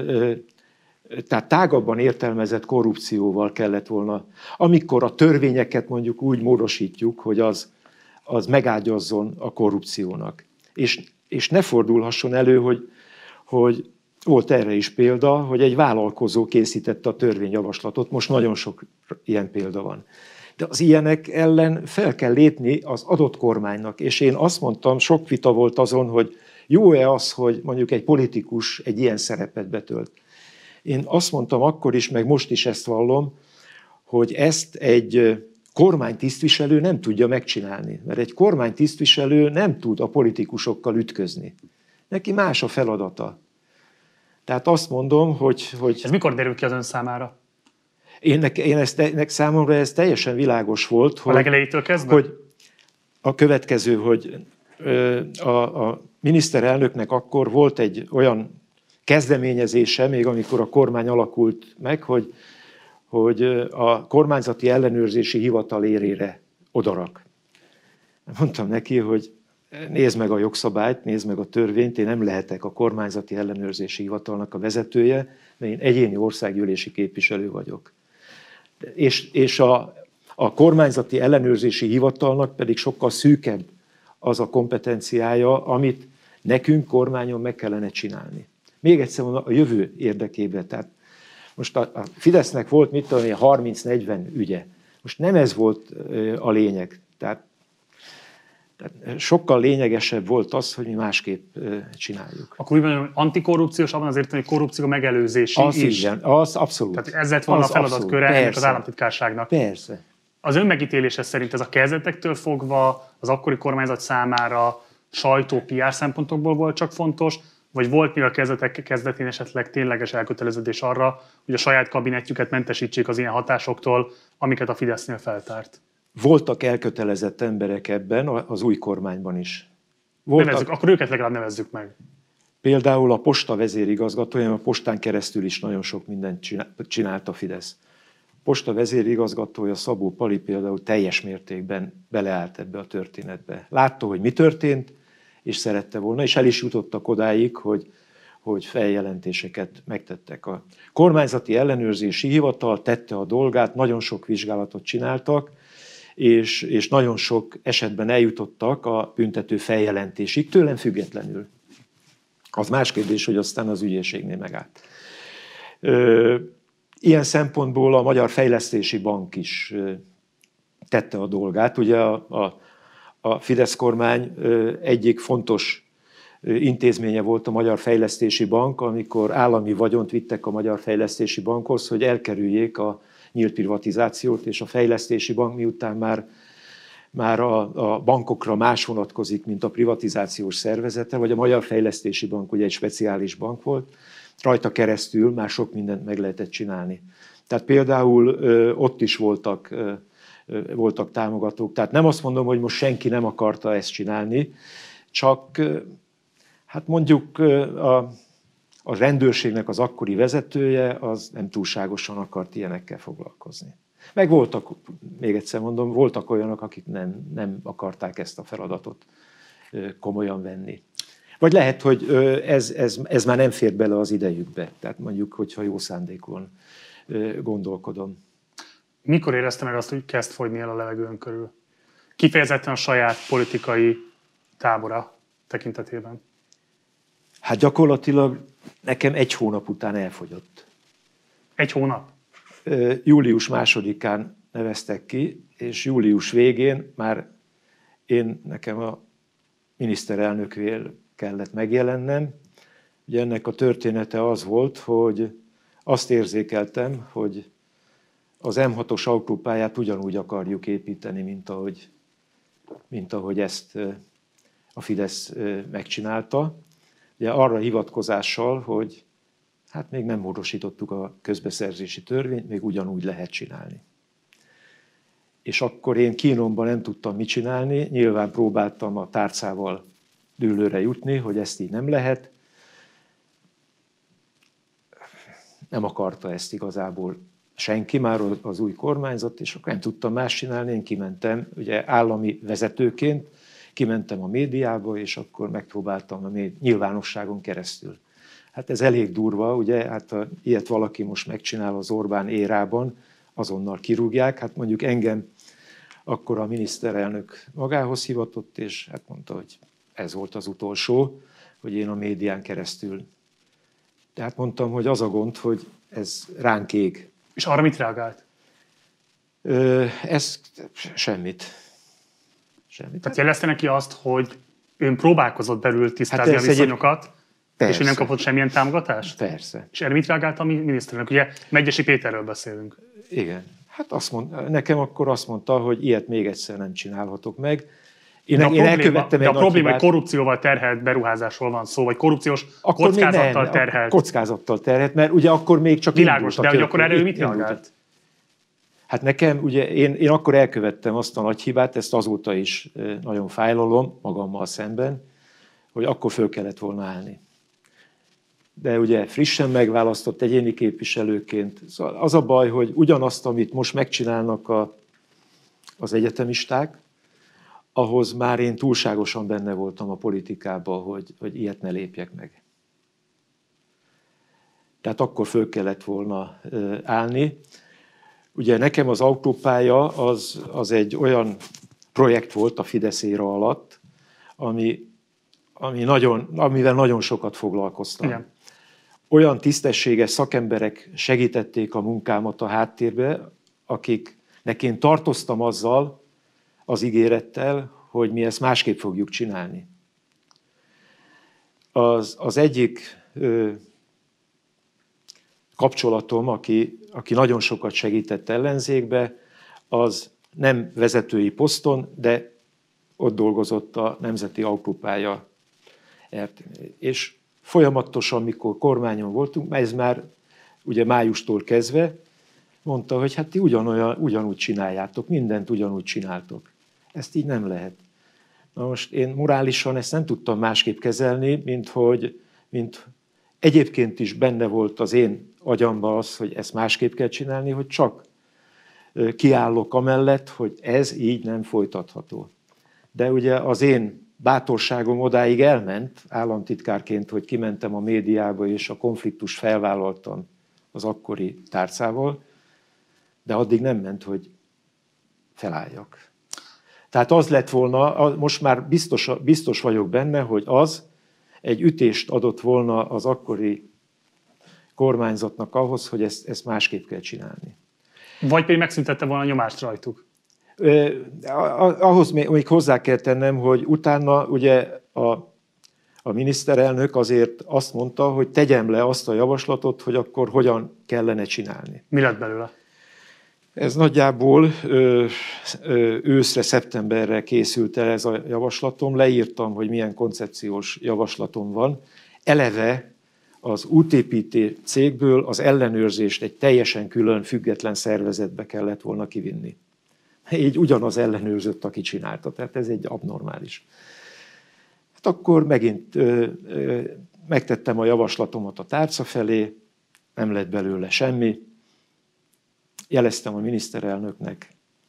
tehát tágabban értelmezett korrupcióval kellett volna, amikor a törvényeket mondjuk úgy módosítjuk, hogy az, az megágyazzon a korrupciónak. És, és ne fordulhasson elő, hogy, hogy volt erre is példa, hogy egy vállalkozó készítette a törvényjavaslatot, most nagyon sok ilyen példa van. De az ilyenek ellen fel kell lépni az adott kormánynak, és én azt mondtam, sok vita volt azon, hogy jó-e az, hogy mondjuk egy politikus egy ilyen szerepet betölt. Én azt mondtam akkor is, meg most is ezt vallom, hogy ezt egy kormánytisztviselő nem tudja megcsinálni, mert egy kormánytisztviselő nem tud a politikusokkal ütközni. Neki más a feladata. Tehát azt mondom, hogy... hogy ez mikor derül ki az ön számára? Én, nek, én ezt, nek, számomra ez teljesen világos volt. A legelejétől kezdve? Hogy a következő, hogy a, a miniszterelnöknek akkor volt egy olyan kezdeményezése, még amikor a kormány alakult meg, hogy, hogy a kormányzati ellenőrzési hivatal érére odarak. Mondtam neki, hogy nézd meg a jogszabályt, nézd meg a törvényt, én nem lehetek a kormányzati ellenőrzési hivatalnak a vezetője, mert én egyéni országgyűlési képviselő vagyok. És, és a, a kormányzati ellenőrzési hivatalnak pedig sokkal szűkebb az a kompetenciája, amit nekünk kormányon meg kellene csinálni. Még egyszer mondom, a jövő érdekében. Tehát most a, a Fidesznek volt, mit tudom én, harminc-negyven ügye. Most nem ez volt a lényeg. Tehát, tehát sokkal lényegesebb volt az, hogy mi másképp csináljuk. Akkor úgy mondom, hogy antikorrupciós, abban azért, hogy korrupció megelőzési az is. Igen, az abszolút. Tehát ez lett volna az a feladatköre ennek az államtitkárságnak. Persze. Az ön megítélése szerint ez a kezdetektől fogva az akkori kormányzat számára sajtó, pé er szempontokból volt csak fontos, vagy volt még a kezdetek kezdetén esetleg tényleges elköteleződés arra, hogy a saját kabinetjüket mentesítsék az ilyen hatásoktól, amiket a Fidesznél feltárt? Voltak elkötelezett emberek ebben, az új kormányban is. Voltak, Nevezzük, akkor őket legalább nevezzük meg. Például a posta vezérigazgatója, a postán keresztül is nagyon sok mindent csinált a Fidesz. A posta vezérigazgatója, Szabó Pali például teljes mértékben beleállt ebbe a történetbe. Látta, hogy mi történt, és szerette volna, és el is jutottak odáig, hogy, hogy feljelentéseket megtettek. A kormányzati ellenőrzési hivatal tette a dolgát, nagyon sok vizsgálatot csináltak, és, és nagyon sok esetben eljutottak a büntető feljelentésig, tőlem függetlenül. Az más kérdés, hogy aztán az ügyészségnél megállt. Ilyen szempontból a Magyar Fejlesztési Bank is tette a dolgát. Ugye a, a, a Fidesz kormány egyik fontos intézménye volt a Magyar Fejlesztési Bank, amikor állami vagyont vittek a Magyar Fejlesztési Bankhoz, hogy elkerüljék a nyílt privatizációt, és a Fejlesztési Bank miután már, már a, a bankokra más vonatkozik, mint a privatizációs szervezete, vagy a Magyar Fejlesztési Bank ugye egy speciális bank volt, rajta keresztül már sok mindent meg lehetett csinálni. Tehát például ö, ott is voltak, ö, ö, voltak támogatók. Tehát nem azt mondom, hogy most senki nem akarta ezt csinálni, csak ö, hát mondjuk ö, a, a rendőrségnek az akkori vezetője az nem túlságosan akart ilyenekkel foglalkozni. Meg voltak, még egyszer mondom, voltak olyanok, akik nem, nem akarták ezt a feladatot ö, komolyan venni. Vagy lehet, hogy ö, ez, ez, ez már nem fér bele az idejükbe. Tehát mondjuk, hogyha jó szándékon gondolkodom. Mikor érezte meg azt, hogy kezd fogyni el a levegőn körül? Kifejezetten a saját politikai tábora tekintetében. Hát gyakorlatilag nekem egy hónap után elfogyott. Egy hónap? Július másodikán neveztek ki, és július végén már én, nekem a miniszterelnöknél kellett megjelennem. Ugye ennek a története az volt, hogy azt érzékeltem, hogy az em hatos autópályát ugyanúgy akarjuk építeni, mint ahogy, mint ahogy ezt a Fidesz megcsinálta. Ugye arra hivatkozással, hogy hát még nem módosítottuk a közbeszerzési törvényt, még ugyanúgy lehet csinálni. És akkor én kínomban nem tudtam mit csinálni, nyilván próbáltam a tárcával dűlőre jutni, hogy ezt így nem lehet. Nem akarta ezt igazából senki, már az új kormányzat, és akkor nem tudtam más csinálni, én kimentem, ugye állami vezetőként, kimentem a médiába, és akkor megpróbáltam a médi- nyilvánosságon keresztül. Hát ez elég durva, ugye, hát ha ilyet valaki most megcsinál az Orbán érában, azonnal kirúgják, hát mondjuk engem akkor a miniszterelnök magához hivatott, és hát mondta, hogy ez volt az utolsó, hogy én a médián keresztül. Tehát mondtam, hogy az a gond, hogy ez ránk ég. És arra mit reagált? Ö, ez semmit. Semmit. Tehát jelezte neki azt, hogy ön próbálkozott belül tisztázni Hát a viszonyokat, egy... és ő nem kapott semmilyen támogatást? Persze. És erre mit reagált a miniszterelnök? Ugye Megyesi Péterről beszélünk. Igen. Hát azt mond, nekem akkor azt mondta, hogy ilyet még egyszer nem csinálhatok meg. Én, de a én probléma, elkövettem de egy a probléma, hibát. hogy korrupcióval terhelt beruházásról van szó, vagy korrupciós Akkor kockázattal nem, terhelt. Kockázattal terhelt, mert ugye akkor még csak Világos, de hogy akkor erre ő mit indult. reagált? Hát nekem, ugye én, én akkor elkövettem azt a nagy hibát, ezt azóta is nagyon fájlalom magammal szemben, hogy akkor föl kellett volna állni. De ugye frissen megválasztott egyéni képviselőként, szóval az a baj, hogy ugyanazt, amit most megcsinálnak a, az egyetemisták, ahhoz már én túlságosan benne voltam a politikában, hogy, hogy ilyet ne lépjek meg. Tehát akkor föl kellett volna állni. Ugye nekem az autópálya az, az egy olyan projekt volt a Fidesz éra alatt, ami, ami nagyon, amivel nagyon sokat foglalkoztam. Igen. Olyan tisztességes szakemberek segítették a munkámat a háttérbe, akiknek én tartoztam azzal az ígérettel, hogy mi ezt másképp fogjuk csinálni. Az, az egyik ö, kapcsolatom, aki, aki nagyon sokat segített ellenzékbe, az nem vezetői poszton, de ott dolgozott a Nemzeti Autópálya. És folyamatosan, mikor kormányon voltunk, ez már ugye májustól kezdve, mondta, hogy hát ti ugyanolyan, ugyanúgy csináljátok, mindent ugyanúgy csináltok. Ezt így nem lehet. Na most én morálisan ezt nem tudtam másképp kezelni, mint hogy mint egyébként is benne volt az én agyamban az, hogy ezt másképp kell csinálni, hogy csak kiállok amellett, hogy ez így nem folytatható. De ugye az én bátorságom odáig elment államtitkárként, hogy kimentem a médiába, és a konfliktust felvállaltam az akkori tárcával, de addig nem ment, hogy felálljak. Tehát az lett volna, most már biztos, biztos vagyok benne, hogy az egy ütést adott volna az akkori kormányzatnak ahhoz, hogy ezt, ezt másképp kell csinálni. Vagy pedig megszüntette volna a nyomást rajtuk. Ahhoz még hozzá kell tennem, hogy utána ugye a, a miniszterelnök azért azt mondta, hogy tegyem le azt a javaslatot, hogy akkor hogyan kellene csinálni. Mi lett belőle? Ez nagyjából ö, ö, őszre, szeptemberre készült el ez a javaslatom. Leírtam, hogy milyen koncepciós javaslatom van. Eleve az útépítő cégből az ellenőrzést egy teljesen külön, független szervezetbe kellett volna kivinni. Így ugyanaz ellenőrzött, aki csinálta, tehát ez egy abnormális. Hát akkor megint ö, ö, megtettem a javaslatomat a tárca felé, nem lett belőle semmi, jeleztem a miniszterelnöknek,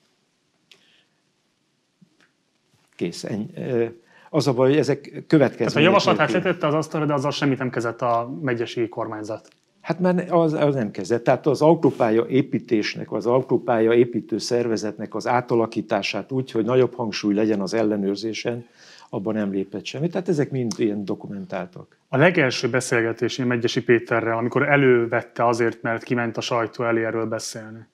kész. Ennyi. Az a baj, hogy ezek következmények. Tehát a javaslatát letette az asztalra, de azzal semmit nem kezdett a megyesi kormányzat. Hát már az, az nem kezdett. Tehát az autópálya építésnek, az autópálya építő szervezetnek az átalakítását úgy, hogy nagyobb hangsúly legyen az ellenőrzésen, abban nem lépett semmi. Tehát ezek mind ilyen dokumentáltak. A legelső beszélgetésén Megyesi Péterrel, amikor elővette azért, mert kiment a sajtó elé erről beszélni.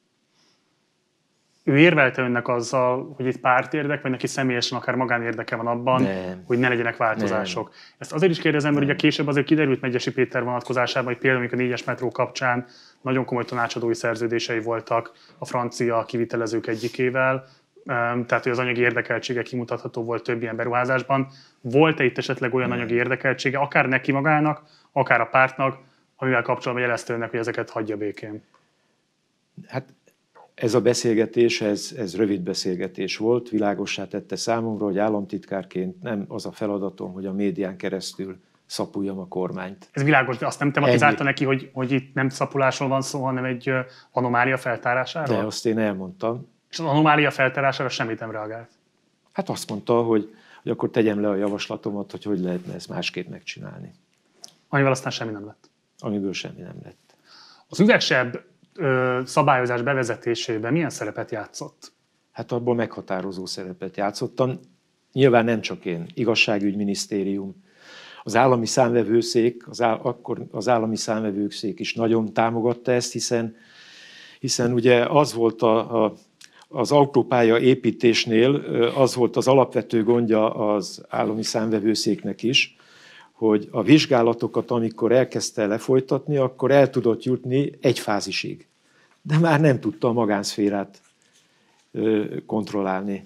Ő érvelte önnek azzal, hogy itt pártérdek, vagy neki személyesen akár magánérdeke van abban, nem. hogy ne legyenek változások. Nem. Ezt azért is kérdezem, mert ugye később azért kiderült Megyesi Péter vonatkozásában, hogy például a négyes metró kapcsán nagyon komoly tanácsadói szerződései voltak a francia kivitelezők egyikével, tehát hogy az anyagi érdekeltsége kimutatható volt több ilyen beruházásban. Volt-e itt esetleg olyan anyagi érdekeltsége, akár neki magának, akár a pártnak, amivel kapcsolatban jelezte önnek, hogy ezeket hagyja békén? Hát ez a beszélgetés, ez, ez rövid beszélgetés volt, világossá tette számomra, hogy államtitkárként nem az a feladatom, hogy a médián keresztül szapuljam a kormányt. Ez világos, de azt nem tematizálta neki, hogy, hogy itt nem szapulásról van szó, hanem egy anomália feltárásáról? De azt én elmondtam. És az anomália feltárására semmit nem reagált? Hát azt mondta, hogy, hogy akkor tegyem le a javaslatomat, hogy hogy lehetne ezt másképp megcsinálni. Amivel aztán semmi nem lett? Amiből semmi nem lett. Az üvegsebb ö, szabályozás bevezetésében milyen szerepet játszott? Hát abból meghatározó szerepet játszottam. Nyilván nem csak én, igazságügyminisztérium, az állami számvevőszék, az, áll, akkor az állami számvevőszék is nagyon támogatta ezt, hiszen, hiszen ugye az volt a, a, az autópálya építésnél, az volt az alapvető gondja az állami számvevőszéknek is, hogy a vizsgálatokat, amikor elkezdte lefolytatni, akkor el tudott jutni egy fázisig. De már nem tudta a magánszférát kontrollálni.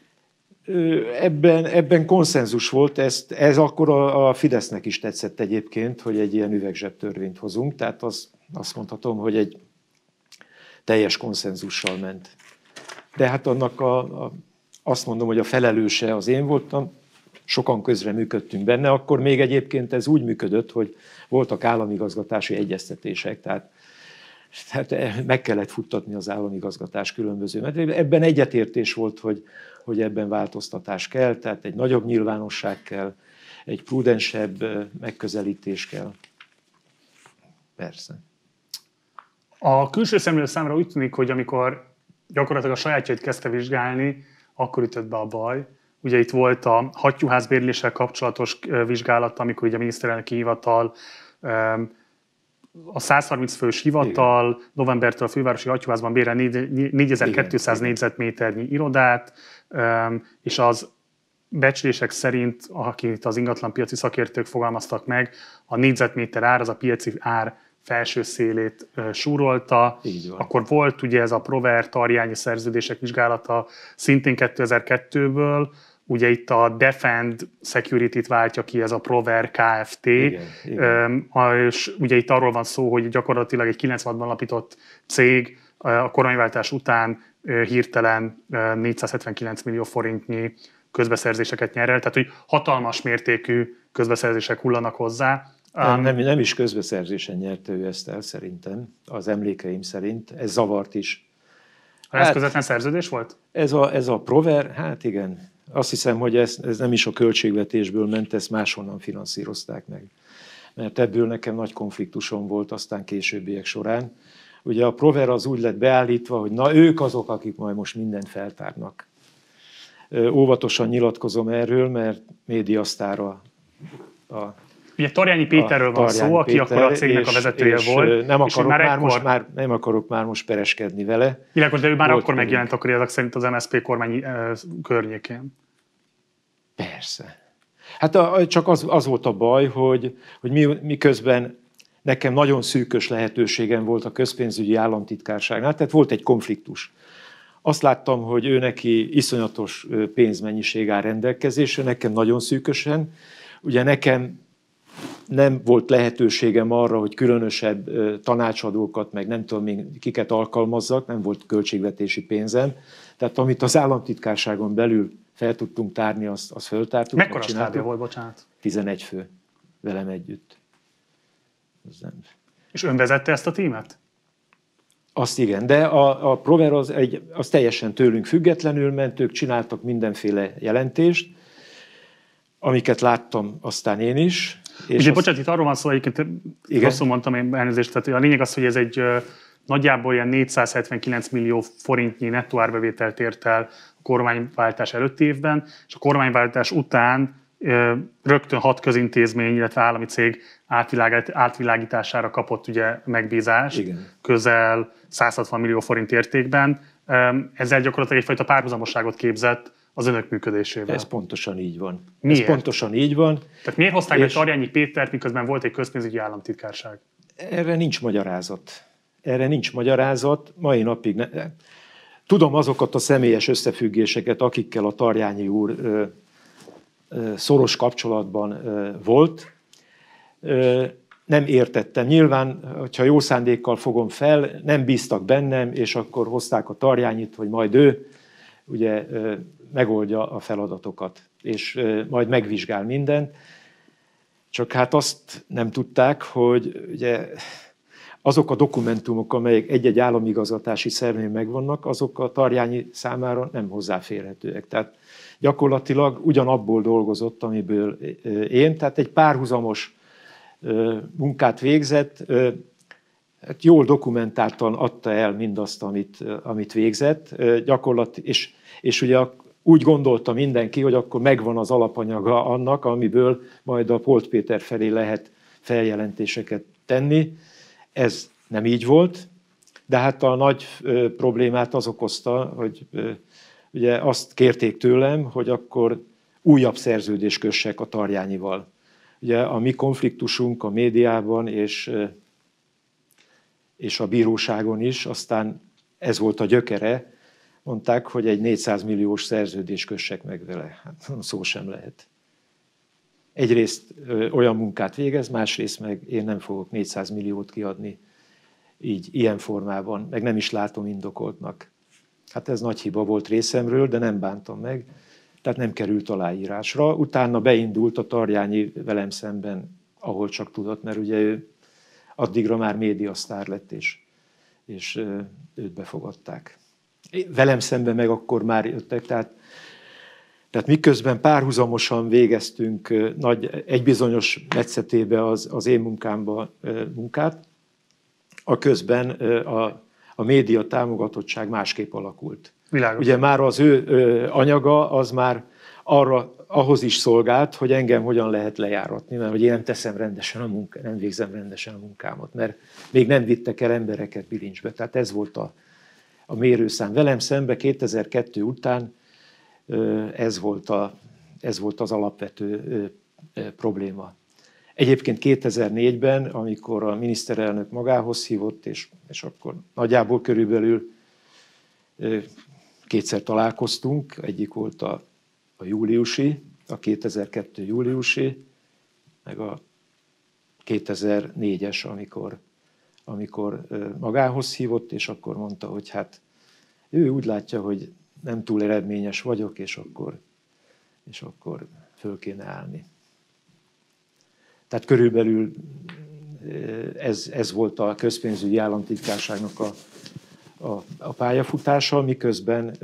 Ebben, ebben konszenzus volt, ezt, ez akkor a, a Fidesznek is tetszett egyébként, hogy egy ilyen üvegzseb törvényt hozunk, tehát az, azt mondhatom, hogy egy teljes konszenzussal ment. De hát annak a, a, azt mondom, hogy a felelőse az én voltam, sokan közreműködtünk benne, akkor még egyébként ez úgy működött, hogy voltak államigazgatási egyeztetések, tehát, tehát meg kellett futtatni az államigazgatás különböző. Mert ebben egyetértés volt, hogy, hogy ebben változtatás kell, tehát egy nagyobb nyilvánosság kell, egy prudensebb megközelítés kell. Persze. A külső szemlélő számára úgy tűnik, hogy amikor gyakorlatilag a sajátjait kezdte vizsgálni, akkor ütött be a baj. Ugye itt volt a hattyúházbérléssel kapcsolatos vizsgálat, amikor ugye a miniszterelnöki hivatal, a százharminc fős hivatal igen. novembertől a fővárosi hattyúházban bérel négyezer-kétszáz négyzetméternyi irodát, és az becslések szerint, akit az ingatlanpiaci szakértők fogalmaztak meg, a négyzetméter ár, az a piaci ár felső szélét súrolta. Akkor volt ugye ez a Prover tarjányi szerződések vizsgálata szintén kétezer-kettőből, ugye itt a Defend Security-t váltja ki ez a Prover Kft. Igen, igen. És ugye itt arról van szó, hogy gyakorlatilag egy kilencvenhatban alapított cég a kormányváltás után hirtelen négyszázhetvenkilenc millió forintnyi közbeszerzéseket nyer el, tehát hogy hatalmas mértékű közbeszerzések hullanak hozzá. Nem, nem, nem is közbeszerzésen nyerte ő ezt el, szerintem, az emlékeim szerint. Ez zavart is. Ez hát, közvetlen szerződés volt? Ez a, ez a Prover, hát igen. Azt hiszem, hogy ez, ez nem is a költségvetésből ment, ezt máshonnan finanszírozták meg. Mert ebből nekem nagy konfliktusom volt aztán későbbiek során. Ugye a Prover az úgy lett beállítva, hogy na ők azok, akik majd most mindent feltárnak. Óvatosan nyilatkozom erről, mert médiasztára a Ugye Tarjányi Péterről van Tarjányi szó, aki Péter, akkor a cégnek és, a vezetője és volt. Nem akarok, már ekkor... most már, nem akarok már most pereskedni vele. Világos, de ő már volt akkor megjelent akkor ezek szerint az em es zé pé kormány uh, környékén. Persze. Hát a, csak az, az volt a baj, hogy, hogy mi, miközben nekem nagyon szűkös lehetőségem volt a közpénzügyi államtitkárságnál, tehát volt egy konfliktus. Azt láttam, hogy ő neki iszonyatos pénzmennyiség áll rendelkezésre, nekem nagyon szűkösen. Ugye nekem nem volt lehetőségem arra, hogy különösebb tanácsadókat, meg nem tudom még kiket alkalmazzak, nem volt költségvetési pénzem. Tehát amit az államtitkárságon belül fel tudtunk tárni, azt, azt föltártuk. Mekkora stábja volt, bocsánat? tizenegy fő velem együtt. És ön vezette ezt a tímet? Azt igen, de a, a Prover az, egy, az teljesen tőlünk függetlenül ment, ők csináltak mindenféle jelentést, amiket láttam aztán én is. És Ugye, azt... bocsánat, itt arról van szó, egyébként rosszul mondtam én elnézést, tehát a lényeg az, hogy ez egy nagyjából ilyen négyszázhetvenkilenc millió forintnyi nettó árbevételt ért el a kormányváltás előtti évben, és a kormányváltás után rögtön hat közintézmény, illetve állami cég átvilágítására kapott ugye megbízást, igen, közel száz hatvan millió forint értékben. Ezzel gyakorlatilag egyfajta párhuzamosságot képzett az önök működésével. Ez pontosan így van. Miért? Ez pontosan így van. Tehát miért hozták és... be Tarjányi Pétert, miközben volt egy közpénzügyi államtitkárság? Erre nincs magyarázat. Erre nincs magyarázat. Mai napig ne... Tudom azokat a személyes összefüggéseket, akikkel a Tarjányi úr ö, ö, szoros kapcsolatban ö, volt. Ö, nem értettem. Nyilván, hogyha jó szándékkal fogom fel, nem bíztak bennem, és akkor hozták a Tarjányit, hogy majd ő ugye ö, megoldja a feladatokat, és ö, majd megvizsgál mindent. Csak hát azt nem tudták, hogy ugye azok a dokumentumok, amelyek egy-egy államigazgatási szervnél megvannak, azok a Tarjányi számára nem hozzáférhetőek. Tehát gyakorlatilag ugyanabból dolgozott, amiből én, tehát egy párhuzamos munkát végzett, hát jól dokumentáltan adta el mindazt, amit, amit végzett, gyakorlat, és, és ugye úgy gondolta mindenki, hogy akkor megvan az alapanyaga annak, amiből majd a Polt Péter felé lehet feljelentéseket tenni. Ez nem így volt, de hát a nagy ö, problémát az okozta, hogy ö, ugye azt kérték tőlem, hogy akkor újabb szerződést kössek a Tarjányival. Ugye a mi konfliktusunk a médiában és, ö, és a bíróságon is, aztán ez volt a gyökere, mondták, hogy egy négyszáz milliós szerződést kössek meg vele. Hát szó sem lehet. Egyrészt ö, olyan munkát végez, másrészt meg én nem fogok négyszáz milliót kiadni így, ilyen formában, meg nem is látom indokoltnak. Hát ez nagy hiba volt részemről, de nem bántam meg, tehát nem került aláírásra. Utána beindult a Tarjányi velem szemben, ahol csak tudott, mert ugye ő addigra már médiasztár lett, és, és ö, őt befogadták. Velem szemben meg akkor már jöttek, tehát Tehát miközben párhuzamosan végeztünk nagy, egy bizonyos metszetébe az, az én munkámba munkát, a közben a, a média támogatottság másképp alakult. Világos. Ugye már az ő anyaga az már arra, ahhoz is szolgált, hogy engem hogyan lehet lejáratni, mert hogy én nem teszem rendesen a munkát, nem végzem rendesen a munkámat, mert még nem vittek el embereket bilincsbe. Tehát ez volt a, a mérőszám. Velem szembe kétezer-kettő után Ez volt, a, ez volt az alapvető probléma. Egyébként kétezer-négyben, amikor a miniszterelnök magához hívott, és, és akkor nagyjából körülbelül kétszer találkoztunk, egyik volt a, a júliusi, a kétezer-kettő júliusi, meg a kétezer-négyes, amikor, amikor magához hívott, és akkor mondta, hogy hát ő úgy látja, hogy nem túl eredményes vagyok, és akkor, és akkor föl kéne állni. Tehát körülbelül ez, ez volt a közpénzügyi államtitkárságnak a, a, a pályafutása, miközben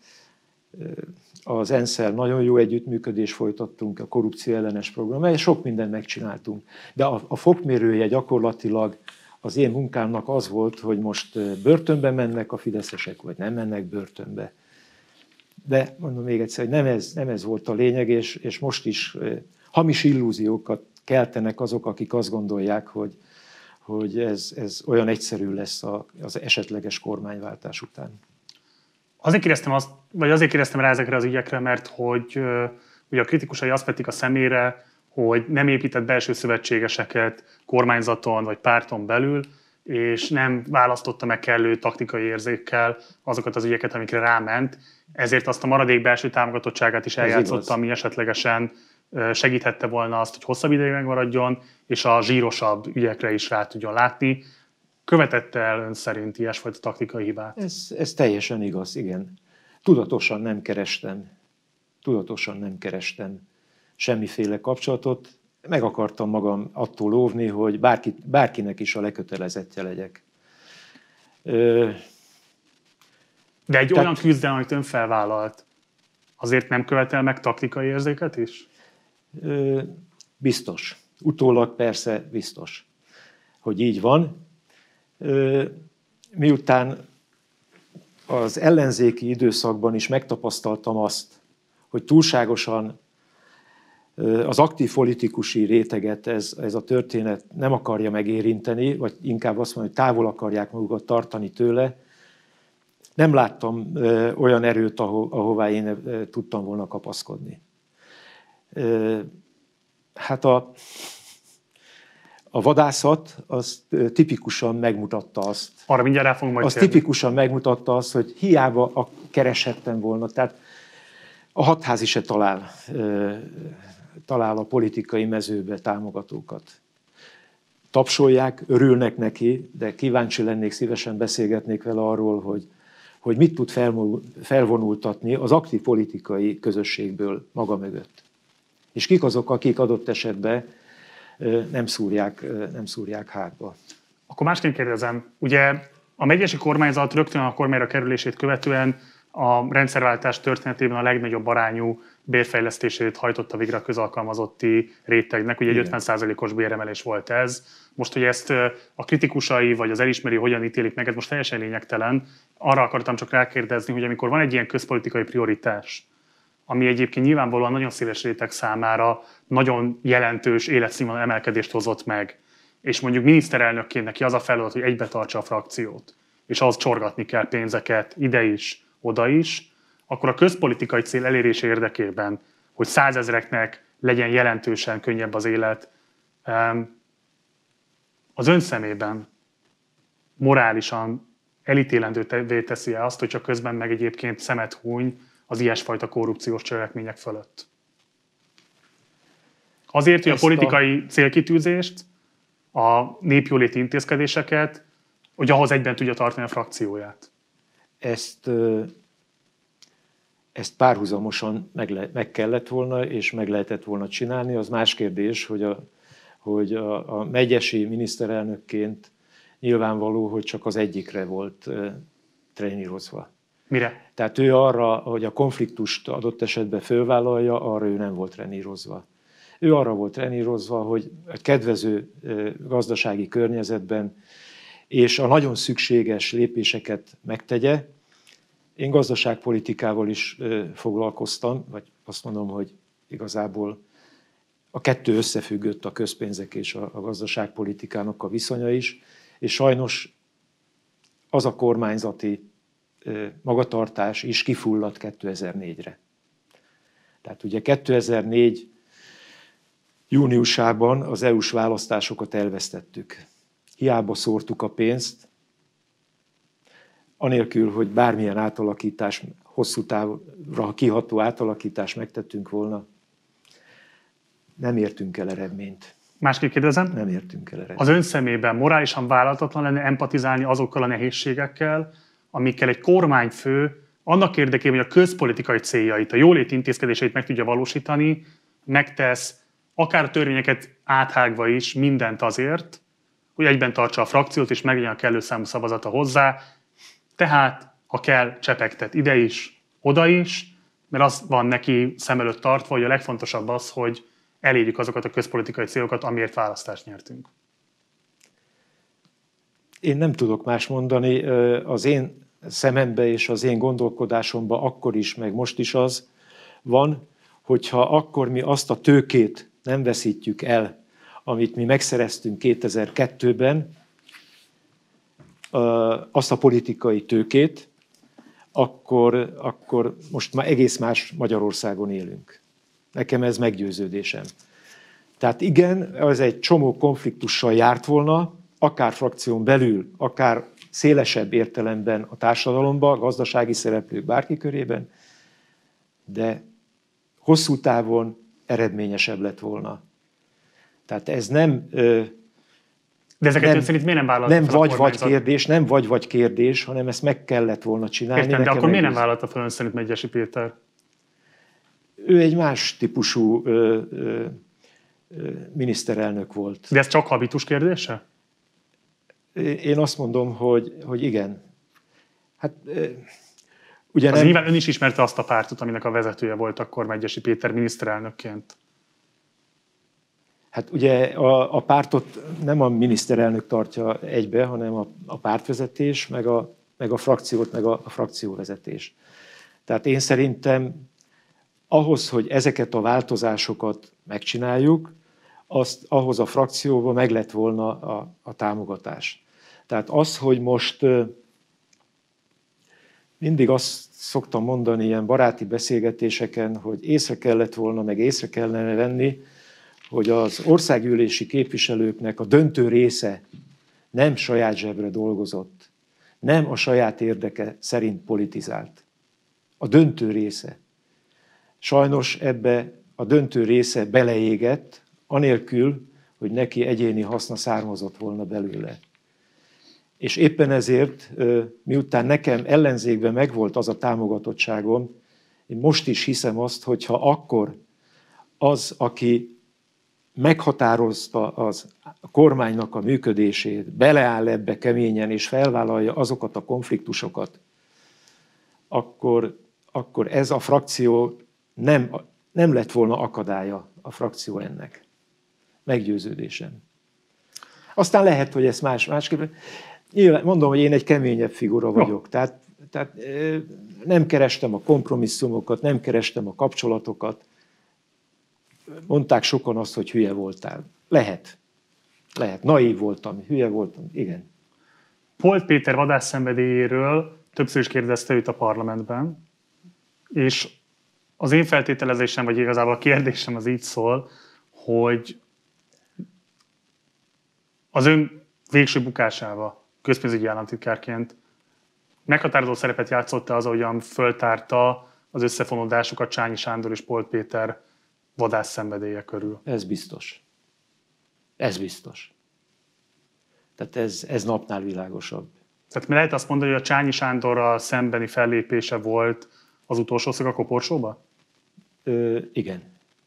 az ENSZ-el nagyon jó együttműködést folytattunk, a korrupció ellenes program, és sok mindent megcsináltunk. De a, a fokmérője gyakorlatilag az én munkámnak az volt, hogy most börtönbe mennek a fideszesek, vagy nem mennek börtönbe. De mondom még egyszer, hogy nem ez, nem ez volt a lényeg, és, és most is eh, hamis illúziókat keltenek azok, akik azt gondolják, hogy, hogy ez, ez olyan egyszerű lesz a, az esetleges kormányváltás után. Azért kérdeztem, azt, vagy azért kérdeztem rá ezekre az ügyekre, mert hogy ugye a kritikusai azt vették a szemére, hogy nem épített belső szövetségeseket kormányzaton vagy párton belül, és nem választotta meg kellő taktikai érzékkel azokat az ügyeket, amikre ráment, ezért azt a maradék belső támogatottságát is eljátszotta, ami esetlegesen segíthette volna azt, hogy hosszabb ideig megmaradjon, és a zsírosabb ügyekre is rá tudjon látni. Követette el ön szerint ilyesfajta taktikai hibát? Ez, ez teljesen igaz, igen. Tudatosan nem kerestem, tudatosan nem kerestem semmiféle kapcsolatot. Meg akartam magam attól óvni, hogy bárki, bárkinek is a lekötelezettje legyek. Ö, De egy tehát, olyan küzdelem, amit ön felvállalt, azért nem követel meg taktikai érzéket is? Ö, biztos. Utólag persze biztos, hogy így van. Ö, miután az ellenzéki időszakban is megtapasztaltam azt, hogy túlságosan az aktív politikusi réteget ez, ez a történet nem akarja megérinteni, vagy inkább azt mondja, hogy távol akarják magukat tartani tőle. Nem láttam olyan erőt, aho, ahová én tudtam volna kapaszkodni. Hát a, a vadászat az tipikusan megmutatta azt. Arra mindjárt rá fogunk majd Az térni. tipikusan megmutatta azt, hogy hiába a, kereshettem volna. Tehát a hatházi se talál, talál a politikai mezőbe támogatókat. Tapsolják, örülnek neki, de kíváncsi lennék, szívesen beszélgetnék vele arról, hogy, hogy mit tud felvonultatni az aktív politikai közösségből maga mögött. És kik azok, akik adott esetben nem szúrják, nem szúrják hátba. Akkor másként kérdezem, ugye a megyesi kormányzat rögtön a kormányra kerülését követően a rendszerváltás történetében a legnagyobb arányú bérfejlesztését hajtotta végre a közalkalmazotti rétegnek. Ugye egy ötven százalékos béremelés volt ez. Most, hogy ezt a kritikusai vagy az elismerő hogyan ítélik meg, ez most teljesen lényegtelen. Arra akartam csak rákérdezni, hogy amikor van egy ilyen közpolitikai prioritás, ami egyébként nyilvánvalóan nagyon széles réteg számára nagyon jelentős életszínvonal emelkedést hozott meg, és mondjuk miniszterelnökként neki az a feladat, hogy egybe tartsa a frakciót, és ahhoz csorgatni kell pénzeket ide is, oda is, akkor a közpolitikai cél elérése érdekében, hogy százezreknek legyen jelentősen könnyebb az élet, az ön szemében morálisan elítélendővé teszi-e azt, hogy csak közben meg egyébként szemet húny az ilyesfajta korrupciós cselekmények fölött? Azért, hogy a politikai a... célkitűzést, a népjóléti intézkedéseket, hogy ahhoz egyben tudja tartani a frakcióját. Ezt, ezt párhuzamosan meg, le, meg kellett volna, és meg lehetett volna csinálni. Az más kérdés, hogy a, hogy a, a megyesi miniszterelnökként nyilvánvaló, hogy csak az egyikre volt trenírozva. Mire? Tehát ő arra, hogy a konfliktust adott esetben fölvállalja, arra ő nem volt trenírozva. Ő arra volt trenírozva, hogy a kedvező gazdasági környezetben és a nagyon szükséges lépéseket megtegye. Én gazdaságpolitikával is foglalkoztam, vagy azt mondom, hogy igazából a kettő összefüggött, a közpénzek és a gazdaságpolitikának a viszonya is, és sajnos az a kormányzati magatartás is kifulladt kétezer-négyre. Tehát ugye kétezer-négy júniusában az é u-s választásokat elvesztettük. Hiába szórtuk a pénzt, anélkül, hogy bármilyen átalakítás, hosszú távra kiható átalakítást megtettünk volna, nem értünk el eredményt. Másképp kérdezem? Nem értünk el eredményt. Az ön szemében morálisan vállalhatatlan lenne empatizálni azokkal a nehézségekkel, amikkel egy kormányfő annak érdekében, hogy a közpolitikai céljait, a jólét intézkedéseit meg tudja valósítani, megtesz akár a törvényeket áthágva is mindent azért, hogy egyben tartsa a frakciót, és meglegyen a kellő számú szavazata hozzá. Tehát, ha kell, csepegtet ide is, oda is, mert az van neki szem előtt tartva, hogy a legfontosabb az, hogy elérjük azokat a közpolitikai célokat, amiért választást nyertünk. Én nem tudok más mondani. Az én szemembe és az én gondolkodásomban akkor is, meg most is az van, hogyha akkor mi azt a tőkét nem veszítjük el, amit mi megszereztünk kétezer-kettőben, azt a politikai tőkét, akkor, akkor most már egész más Magyarországon élünk. Nekem ez meggyőződésem. Tehát igen, ez egy csomó konfliktussal járt volna, akár frakción belül, akár szélesebb értelemben a társadalomban, a gazdasági szereplők bárki körében, de hosszú távon eredményesebb lett volna. Tehát ez nem... De ezeket nem, ön szerint miért nem vállalta nem fel vagy-vagy kérdés, nem vagy-vagy kérdés, hanem ezt meg kellett volna csinálni. Értem, de akkor miért nem vállalta fel ön szerint Medgyessy Péter? Ő egy más típusú ö, ö, ö, miniszterelnök volt. De ez csak habitus kérdése? Én azt mondom, hogy, hogy igen. Hát, ugye az nem... nyilván ön is ismerte azt a pártot, aminek a vezetője volt akkor Medgyessy Péter miniszterelnökként. Hát ugye a, a pártot nem a miniszterelnök tartja egybe, hanem a, a pártvezetés, meg a, meg a frakciót, meg a, a frakcióvezetés. Tehát én szerintem ahhoz, hogy ezeket a változásokat megcsináljuk, azt, ahhoz a frakcióban meg lett volna a, a támogatás. Tehát az, hogy most mindig azt szoktam mondani ilyen baráti beszélgetéseken, hogy észre kellett volna, meg észre kellene venni, hogy az országgyűlési képviselőknek a döntő része nem saját zsebre dolgozott, nem a saját érdeke szerint politizált. A döntő része. Sajnos ebbe a döntő része beleégett, anélkül, hogy neki egyéni haszna származott volna belőle. És éppen ezért, miután nekem ellenzékben megvolt az a támogatottságom, én most is hiszem azt, hogy ha akkor az, aki meghatározta az a kormánynak a működését, beleáll ebbe keményen és felvállalja azokat a konfliktusokat, akkor, akkor ez a frakció nem, nem lett volna akadálya a frakció ennek. Meggyőződésem. Aztán lehet, hogy ezt más, másképp... Mondom, hogy én egy keményebb figura vagyok. Tehát, tehát nem kerestem a kompromisszumokat, nem kerestem a kapcsolatokat. Mondták sokan azt, hogy hülye voltál. Lehet. Lehet. Naív voltam, hülye voltam. Igen. Polt Péter vadászszenvedélyéről többször is kérdezte őt a parlamentben, és az én feltételezésem, vagy igazából a kérdésem az így szól, hogy az ön végső bukásába közpénzügyi államtitkárként meghatározó szerepet játszott-e az, ahogyan föltárta az összefonódásokat Csányi Sándor és Polt Péter vadászszenvedélye körül? Ez biztos. Ez biztos. Tehát ez, ez napnál világosabb. Tehát lehet azt mondani, hogy a Csányi Sándorral szembeni fellépése volt az utolsó szög a koporsóba? Ö, igen.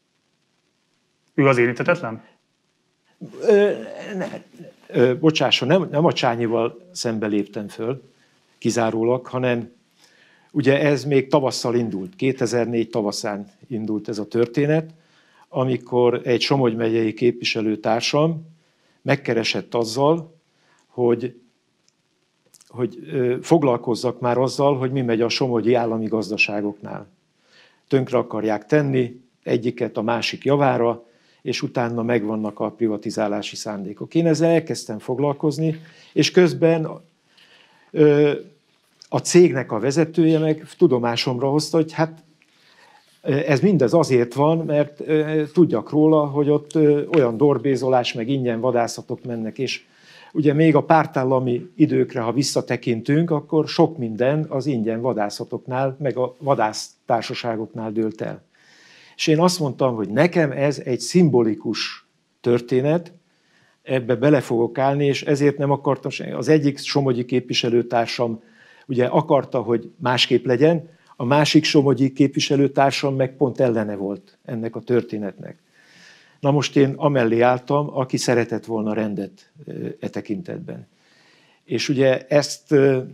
Ő az érintetetlen? Ö, ne, ö, bocsásson, nem, nem a Csányival szembe léptem föl, kizárólag, hanem ugye ez még tavasszal indult, kétezer-négy tavaszán indult ez a történet, amikor egy Somogy megyei képviselőtársam megkeresett azzal, hogy, hogy ö, foglalkozzak már azzal, hogy mi megy a somogyi állami gazdaságoknál. Tönkre akarják tenni egyiket a másik javára, és utána megvannak a privatizálási szándékok. Én ezzel elkezdtem foglalkozni, és közben ö, a cégnek a vezetője meg tudomásomra hozta, hogy hát ez mindez azért van, mert ö, tudjak róla, hogy ott ö, olyan dorbézolás, meg ingyen vadászatok mennek, és ugye még a pártállami időkre, ha visszatekintünk, akkor sok minden az ingyen vadászatoknál, meg a vadásztársaságoknál dőlt el. És én azt mondtam, hogy nekem ez egy szimbolikus történet, ebbe bele fogok állni, és ezért nem akartam, az egyik somogyi képviselőtársam ugye akarta, hogy másképp legyen, a másik somogyi képviselőtársam meg pont ellene volt ennek a történetnek. Na most én amellé álltam, aki szeretett volna rendet e tekintetben. És ugye ezt,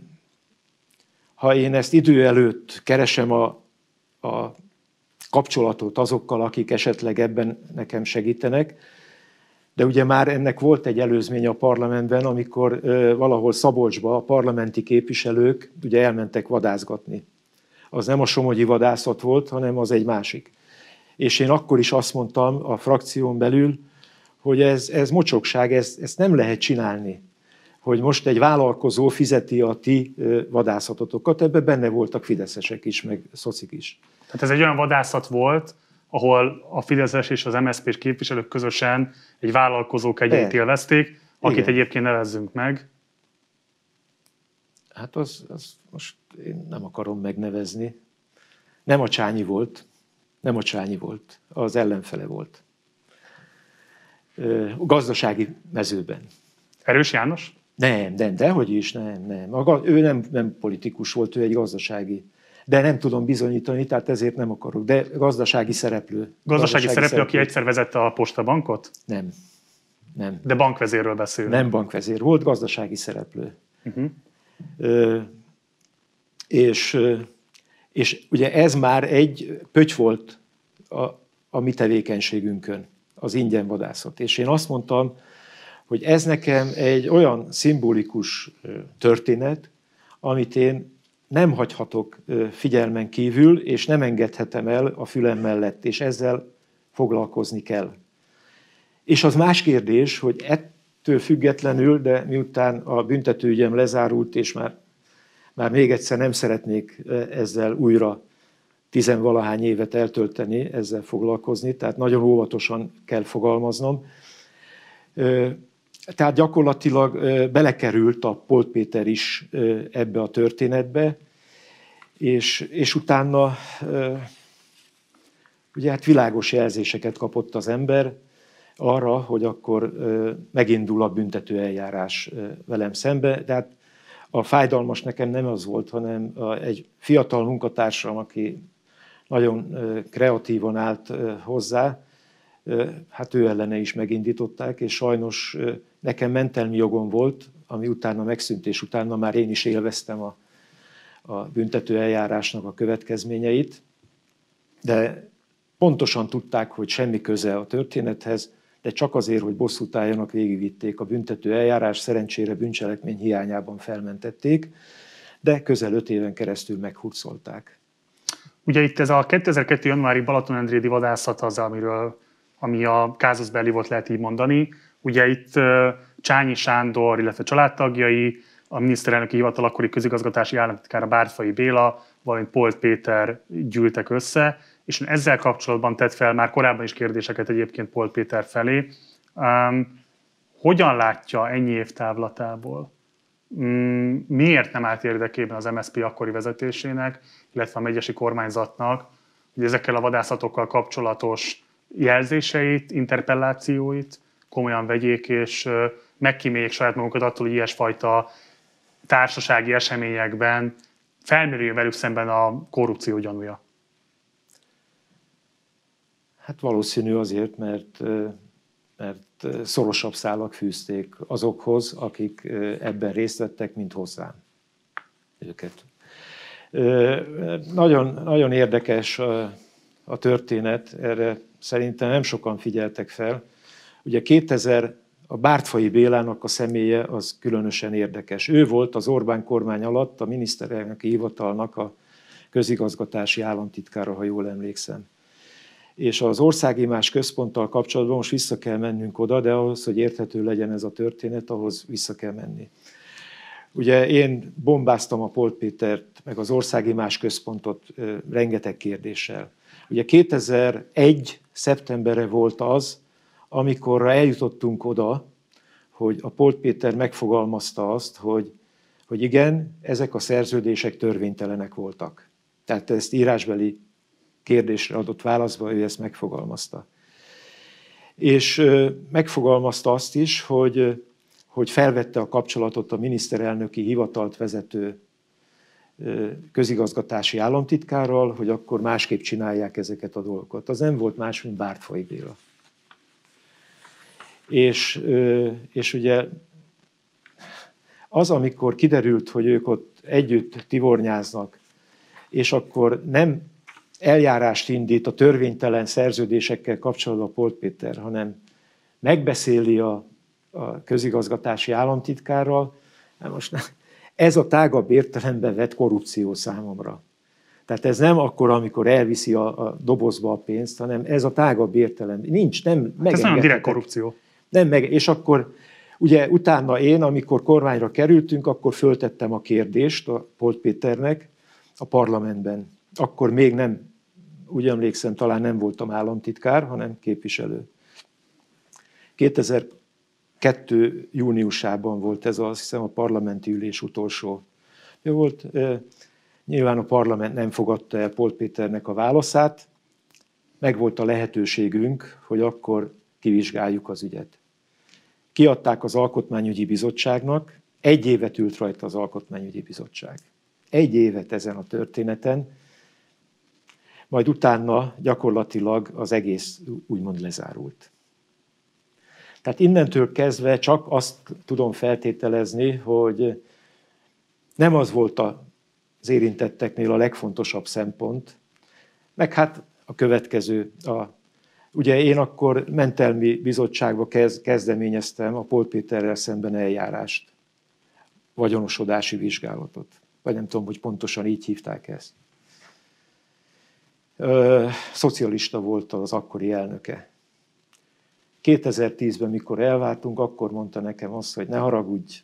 ha én ezt idő előtt keresem a, a kapcsolatot azokkal, akik esetleg ebben nekem segítenek, de ugye már ennek volt egy előzménye a parlamentben, amikor valahol Szabolcsba a parlamenti képviselők ugye elmentek vadászgatni. Az nem a somogyi vadászat volt, hanem az egy másik. És én akkor is azt mondtam a frakción belül, hogy ez, ez mocsokság, ez, ezt nem lehet csinálni. Hogy most egy vállalkozó fizeti a ti vadászatotokat, ebben benne voltak fideszesek is, meg szocik is. Tehát ez egy olyan vadászat volt, ahol a fideszes és az em es zé pés képviselők közösen egy vállalkozók egyeit élvezték, akit igen. Egyébként nevezzünk meg. Hát az, az most én nem akarom megnevezni. Nem a Csányi volt. Nem a Csányi volt, az ellenfele volt. A gazdasági mezőben. Erős János? Nem, nem, dehogy is, nem, nem. A, ő nem, nem politikus volt, ő egy gazdasági. De nem tudom bizonyítani, tehát ezért nem akarok. De gazdasági szereplő. Gazdasági, gazdasági szereplő, szereplő, aki egyszer vezette a postabankot? Nem. Nem. De bankvezérről beszél. Nem bankvezér volt, gazdasági szereplő. Uh-huh. Ö, és, és ugye ez már egy pötty volt a, a mi tevékenységünkön, az ingyenvadászat. És én azt mondtam, hogy ez nekem egy olyan szimbolikus történet, amit én nem hagyhatok figyelmen kívül, és nem engedhetem el a fülem mellett, és ezzel foglalkozni kell. És az más kérdés, hogy ettől függetlenül, de miután a büntetőügyem lezárult, és már, már még egyszer nem szeretnék ezzel újra tizenvalahány évet eltölteni, ezzel foglalkozni, tehát nagyon óvatosan kell fogalmaznom. Tehát gyakorlatilag belekerült a Polt Péter is ebbe a történetbe, és, és utána ugye hát világos jelzéseket kapott az ember arra, hogy akkor megindul a büntető eljárás velem szembe. De hát a fájdalmas nekem nem az volt, hanem egy fiatal munkatársam, aki nagyon kreatívan állt hozzá, hát ő ellene is megindították, és sajnos nekem mentelmi jogom volt, ami utána megszűnt, és utána már én is élveztem a, a büntető eljárásnak a következményeit, de pontosan tudták, hogy semmi köze a történethez, de csak azért, hogy bosszút álljanak, végigvitték a büntető eljárás, szerencsére bűncselekmény hiányában felmentették, de közel öt éven keresztül meghurcolták. Ugye itt ez a kétezer-kettő. januári Balatonendrédi vadászat az, amiről, ami a casus belli volt, lehet így mondani. Ugye itt Csányi Sándor, illetve családtagjai, a miniszterelnöki hivatal akkori közigazgatási államtitkára Bártfai Béla, valamint Polt Péter gyűltek össze, és ezzel kapcsolatban tett fel már korábban is kérdéseket egyébként Polt Péter felé. Um, hogyan látja ennyi év távlatából? Um, miért nem állt érdekében az em es zé pé akkori vezetésének, illetve a megyesi kormányzatnak, hogy ezekkel a vadászatokkal kapcsolatos jelzéseit, interpellációit komolyan vegyék, és uh, megkíméljék saját magukat attól, hogy ilyesfajta társasági eseményekben felmerül velük szemben a korrupció gyanúja? Hát valószínű azért, mert, mert szorosabb szálak fűzték azokhoz, akik ebben részt vettek, mint hozzám őket. Nagyon, nagyon érdekes a, a történet, erre szerintem nem sokan figyeltek fel. Ugye kétezer a Bártfai Bélának a személye az különösen érdekes. Ő volt az Orbán kormány alatt a miniszterelnöki hivatalnak a közigazgatási államtitkára, ha jól emlékszem. És az Országimás Központtal kapcsolatban most vissza kell mennünk oda, de ahhoz, hogy érthető legyen ez a történet, ahhoz vissza kell menni. Ugye én bombáztam a Polt Pétert, meg az Országimás Központot rengeteg kérdéssel. Ugye kétezer-egy. szeptemberre volt az, amikor eljutottunk oda, hogy a Polt Péter megfogalmazta azt, hogy, hogy igen, ezek a szerződések törvénytelenek voltak. Tehát ezt írásbeli kérdésre adott válaszban ő ezt megfogalmazta. És megfogalmazta azt is, hogy, hogy felvette a kapcsolatot a miniszterelnöki hivatalt vezető közigazgatási államtitkárral, hogy akkor másképp csinálják ezeket a dolgokat. Az nem volt más, mint Bártfai Béla. És, és ugye az, amikor kiderült, hogy ők ott együtt tivornyáznak, és akkor nem eljárást indít a törvénytelen szerződésekkel kapcsolatban a Polt Péter, hanem megbeszéli a, a közigazgatási államtitkárral. Most ez a tágabb értelemben vett korrupció számomra. Tehát ez nem akkor, amikor elviszi a, a dobozba a pénzt, hanem ez a tágabb értelem. Nincs, nem megengedhetek. Ez nem direkt korrupció. Nem meg, és akkor ugye utána én, amikor kormányra kerültünk, akkor föltettem a kérdést a Polt Péternek a parlamentben. Akkor még nem, úgy emlékszem, talán nem voltam államtitkár, hanem képviselő. kétezer-kettő. júniusában volt ez, azt hiszem, a parlamenti ülés utolsó. Jó volt, nyilván a parlament nem fogadta el Polt Péternek a válaszát, megvolt a lehetőségünk, hogy akkor kivizsgáljuk az ügyet. Kiadták az Alkotmányügyi Bizottságnak, egy évet ült rajta az Alkotmányügyi Bizottság. Egy évet ezen a történeten, majd utána gyakorlatilag az egész úgymond lezárult. Tehát innentől kezdve csak azt tudom feltételezni, hogy nem az volt az érintetteknél a legfontosabb szempont, meg hát a következő, a, ugye én akkor mentelmi bizottságba kez, kezdeményeztem a Polt Péterrel szemben eljárást, vagyonosodási vizsgálatot. Vagy nem tudom, hogy pontosan így hívták ezt. Ö, szocialista volt az akkori elnöke. kétezer-tízben, mikor elváltunk, akkor mondta nekem azt, hogy ne haragudj,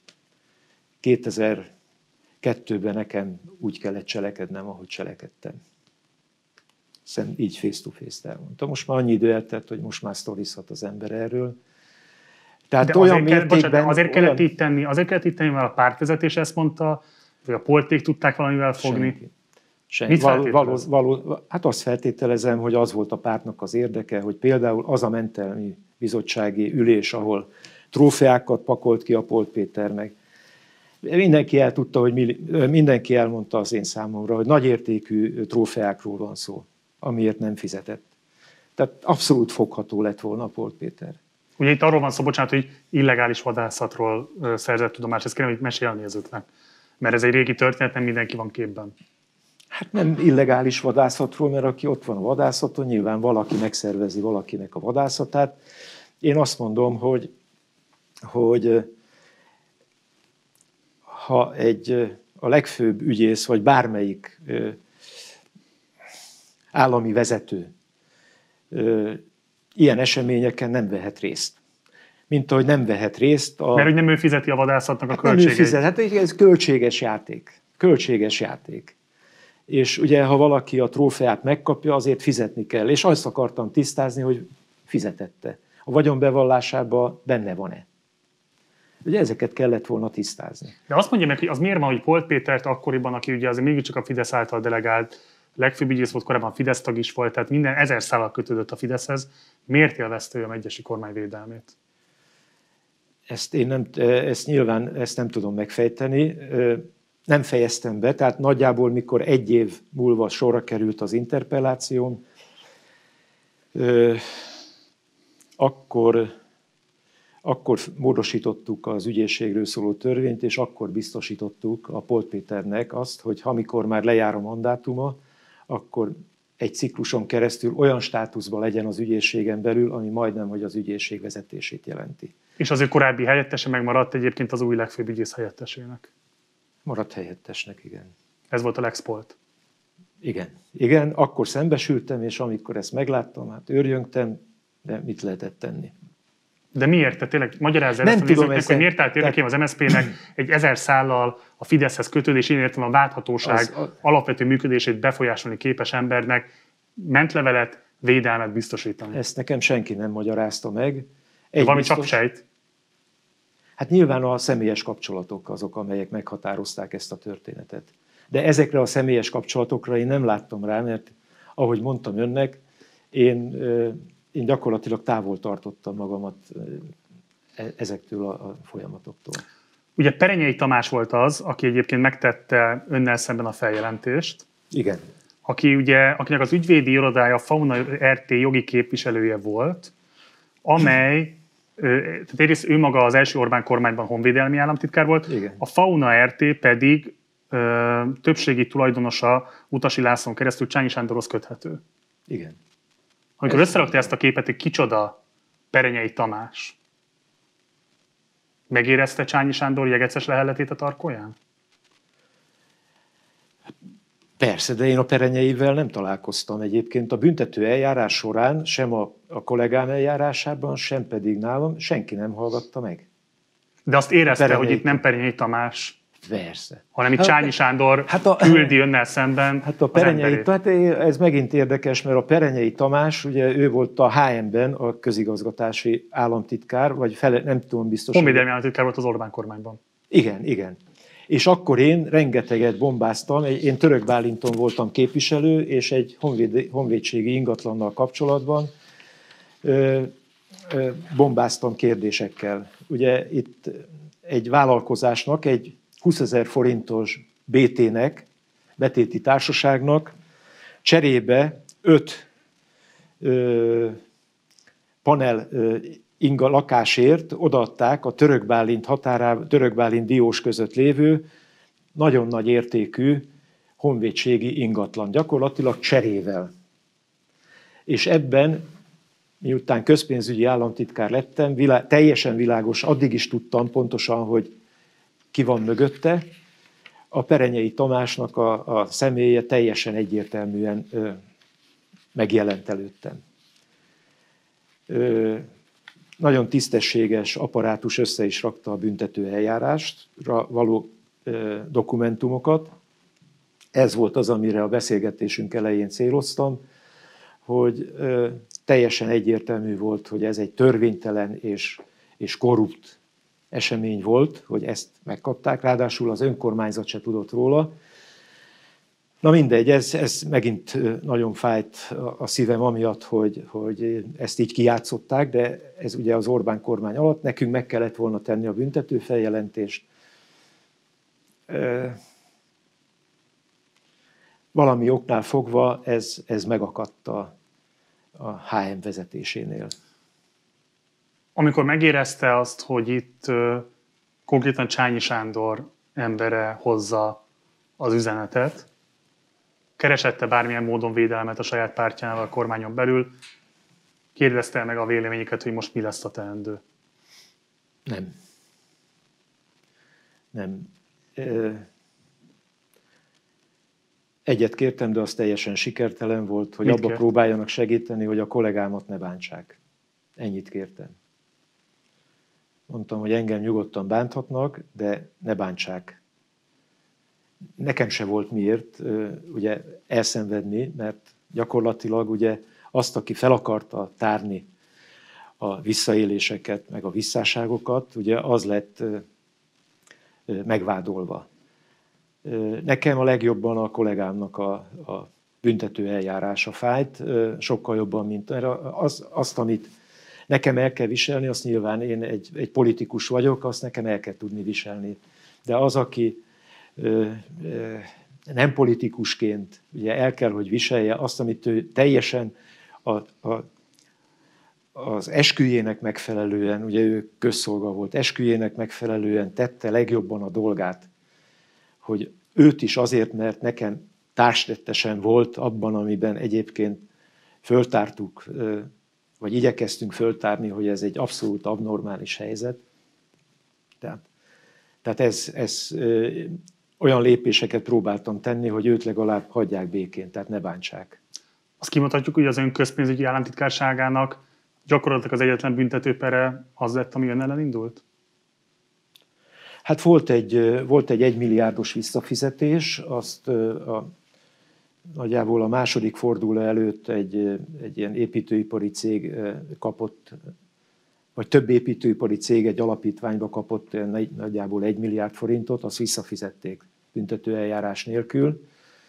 kétezer-kettőben nekem úgy kellett cselekednem, ahogy cselekedtem. Szerintem így face-to-face elmondta. Most már annyi idő eltelt, hogy most már sztorizhat az ember erről. Tehát de olyan azért, mértékben, bocsánat, azért olyan... kellett így tenni, azért kellett így tenni, mert a pártvezetés ezt mondta, vagy a polték tudták valamivel fogni. Senki. Senki. Mit való, való, való, hát azt feltételezem, hogy az volt a pártnak az érdeke, hogy például az a mentelmi bizottsági ülés, ahol trófeákat pakolt ki a Polt Péter meg. Mindenki el tudta, hogy mi, mindenki elmondta az én számomra, hogy nagyértékű trófeákról van szó, amiért nem fizetett. Tehát abszolút fogható lett volna a Polt Péter. Ugye itt arról van szó, bocsánat, hogy illegális vadászatról szerzett tudomást, ezt kérem, hogy mesélni nézőknek. Mert ez egy régi történet, nem mindenki van képben. Hát nem illegális vadászatról, mert aki ott van a vadászaton, nyilván valaki megszervezi valakinek a vadászatát. Én azt mondom, hogy, hogy ha egy a legfőbb ügyész, vagy bármelyik állami vezető ilyen eseményeken nem vehet részt. Mint ahogy nem vehet részt a... Mert hogy nem ő fizeti a vadászatnak a hát költségeit. Nem ő fizet, hát ez költséges játék. Költséges játék. És ugye, ha valaki a trófeát megkapja, azért fizetni kell. És azt akartam tisztázni, hogy fizetette. A vagyonbevallásában benne van-e. Ugye ezeket kellett volna tisztázni. De azt mondja meg, hogy az miért van, hogy Polt Pétert akkoriban, aki ugye azért mégiscsak a Fidesz által delegált, legfőbb ügyész volt, korábban Fidesz tag is volt, tehát minden ezer szállal kötődött a Fideszhez, miért élvezte ő a megyesi kormány védelmét? Ezt én nem, ezt nyilván ezt nem tudom megfejteni. Nem fejeztem be, tehát nagyjából mikor egy év múlva sorra került az interpellációm, akkor, akkor módosítottuk az ügyészségről szóló törvényt, és akkor biztosítottuk a Polt Péternek azt, hogy amikor már lejár a mandátuma, akkor egy cikluson keresztül olyan státuszban legyen az ügyészségen belül, ami majdnem, hogy az ügyészség vezetését jelenti. És az ő korábbi helyettese megmaradt egyébként az új legfőbb ügyész helyettesének. Maradt helyettesnek, igen. Ez volt a Lex Polt. Igen, igen, akkor szembesültem, és amikor ezt megláttam, hát őrjöngtem, de mit lehetett tenni? De miért? Tehát tényleg magyarázz el ezt a nézőknek, hogy miért állt érdekében az em es zé pé-nek egy ezer szállal a Fideszhez kötődés, én értem a válthatóság az, a... alapvető működését befolyásolni képes embernek mentlevelet, védelmet biztosítani. Ezt nekem senki nem magyarázta meg. Egy valami biztos... csak sejt. Hát nyilván a személyes kapcsolatok azok, amelyek meghatározták ezt a történetet. De ezekre a személyes kapcsolatokra én nem láttam rá, mert ahogy mondtam önnek, én, én gyakorlatilag távol tartottam magamat ezektől a folyamatoktól. Ugye Perenyei Tamás volt az, aki egyébként megtette önnel szemben a feljelentést. Igen. Aki ugye, akinek az ügyvédi irodája a Fauna er té jogi képviselője volt, amely tehát egyrészt ő maga az első Orbán kormányban honvédelmi államtitkár volt, igen. A Fauna er té pedig ö, többségi tulajdonosa Utasi Lászlón keresztül Csányi Sándorhoz köthető. Igen. Amikor összerakta ezt a képet, hogy kicsoda Perenyei Tamás, megérezte Csányi Sándor jegeces lehelletét a tarkóján? Persze, de én a Perenyeivel nem találkoztam egyébként. A büntető eljárás során, sem a, a kollégám eljárásában, sem pedig nálam, senki nem hallgatta meg. De azt érezte, hogy itt nem Perenyei Tamás, persze. hanem itt Csányi Sándor hát a, küldi önnel szemben hát a Perenyei, hát ez megint érdekes, mert a Perenyei Tamás, ugye ő volt a há em-ben a közigazgatási államtitkár, vagy fele, nem tudom biztos. Honvédelmi államtitkár volt az Orbán kormányban. Igen, igen. És akkor én rengeteget bombáztam, én Török Bálinton voltam képviselő, és egy honvéd, honvédségi ingatlannal kapcsolatban ö, ö, bombáztam kérdésekkel. Ugye itt egy vállalkozásnak, egy húszezer forintos bé té-nek, betéti társaságnak cserébe öt ö, panel ö, inga lakásért odaadták a Török Bálint határában, Török Bálint Diós között lévő nagyon nagy értékű honvédségi ingatlan, gyakorlatilag cserével. És ebben, miután közpénzügyi államtitkár lettem, vilá, teljesen világos, addig is tudtam pontosan, hogy ki van mögötte. A Perenyei Tamásnak a, a személye teljesen egyértelműen ö, megjelent előttem. Ö, Nagyon tisztességes apparátus össze is rakta a büntető eljárásra való ö, dokumentumokat. Ez volt az, amire a beszélgetésünk elején céloztam, hogy ö, teljesen egyértelmű volt, hogy ez egy törvénytelen és, és korrupt esemény volt, hogy ezt megkapták, ráadásul az önkormányzat se tudott róla. Na mindegy, ez, ez megint nagyon fájt a szívem amiatt, hogy, hogy ezt így kijátszották, de ez ugye az Orbán kormány alatt, nekünk meg kellett volna tenni a büntető feljelentést. Valami oknál fogva ez, ez megakadt a, a há em vezetésénél. Amikor megérezte azt, hogy itt uh, konkrétan Csányi Sándor embere hozza az üzenetet, keresette bármilyen módon védelmet a saját pártjánál a kormányon belül, kérdezte meg a véleményeket, hogy most mi lesz a teendő? Nem. Nem. Egyet kértem, de az teljesen sikertelen volt, hogy Mit abba kért? próbáljanak segíteni, hogy a kollégámat ne bántsák. Ennyit kértem. Mondtam, hogy engem nyugodtan bánthatnak, de ne bántsák. Nekem se volt miért ugye elszenvedni, mert gyakorlatilag ugye azt, aki fel akarta tárni a visszaéléseket, meg a visszáságokat, ugye az lett megvádolva. Nekem a legjobban a kollégámnak a, a büntető eljárása fájt, sokkal jobban, mint az, azt, amit nekem el kell viselni, azt nyilván én egy, egy politikus vagyok, azt nekem el kell tudni viselni. De az, aki ö, ö, nem politikusként ugye el kell, hogy viselje azt, amit ő teljesen a, a, az esküjének megfelelően, ugye ő közszolga volt, esküjének megfelelően tette legjobban a dolgát, hogy őt is azért, mert nekem társtettesen volt abban, amiben egyébként föltártuk, vagy igyekeztünk föltárni, hogy ez egy abszolút abnormális helyzet. Tehát, tehát ez, ez olyan lépéseket próbáltam tenni, hogy őt legalább hagyják békén, tehát ne bántsák. Azt kimondhatjuk, hogy az ön közpénzügyi államtitkárságának gyakorlatilag az egyetlen büntetőpere az lett, ami ön ellen indult? Hát volt egy, volt egy egymilliárdos visszafizetés, azt a, nagyjából a második forduló előtt egy, egy ilyen építőipari cég kapott, vagy több építőipari cég egy alapítványba kapott nagyjából egy milliárd forintot, azt visszafizették büntetőeljárás nélkül.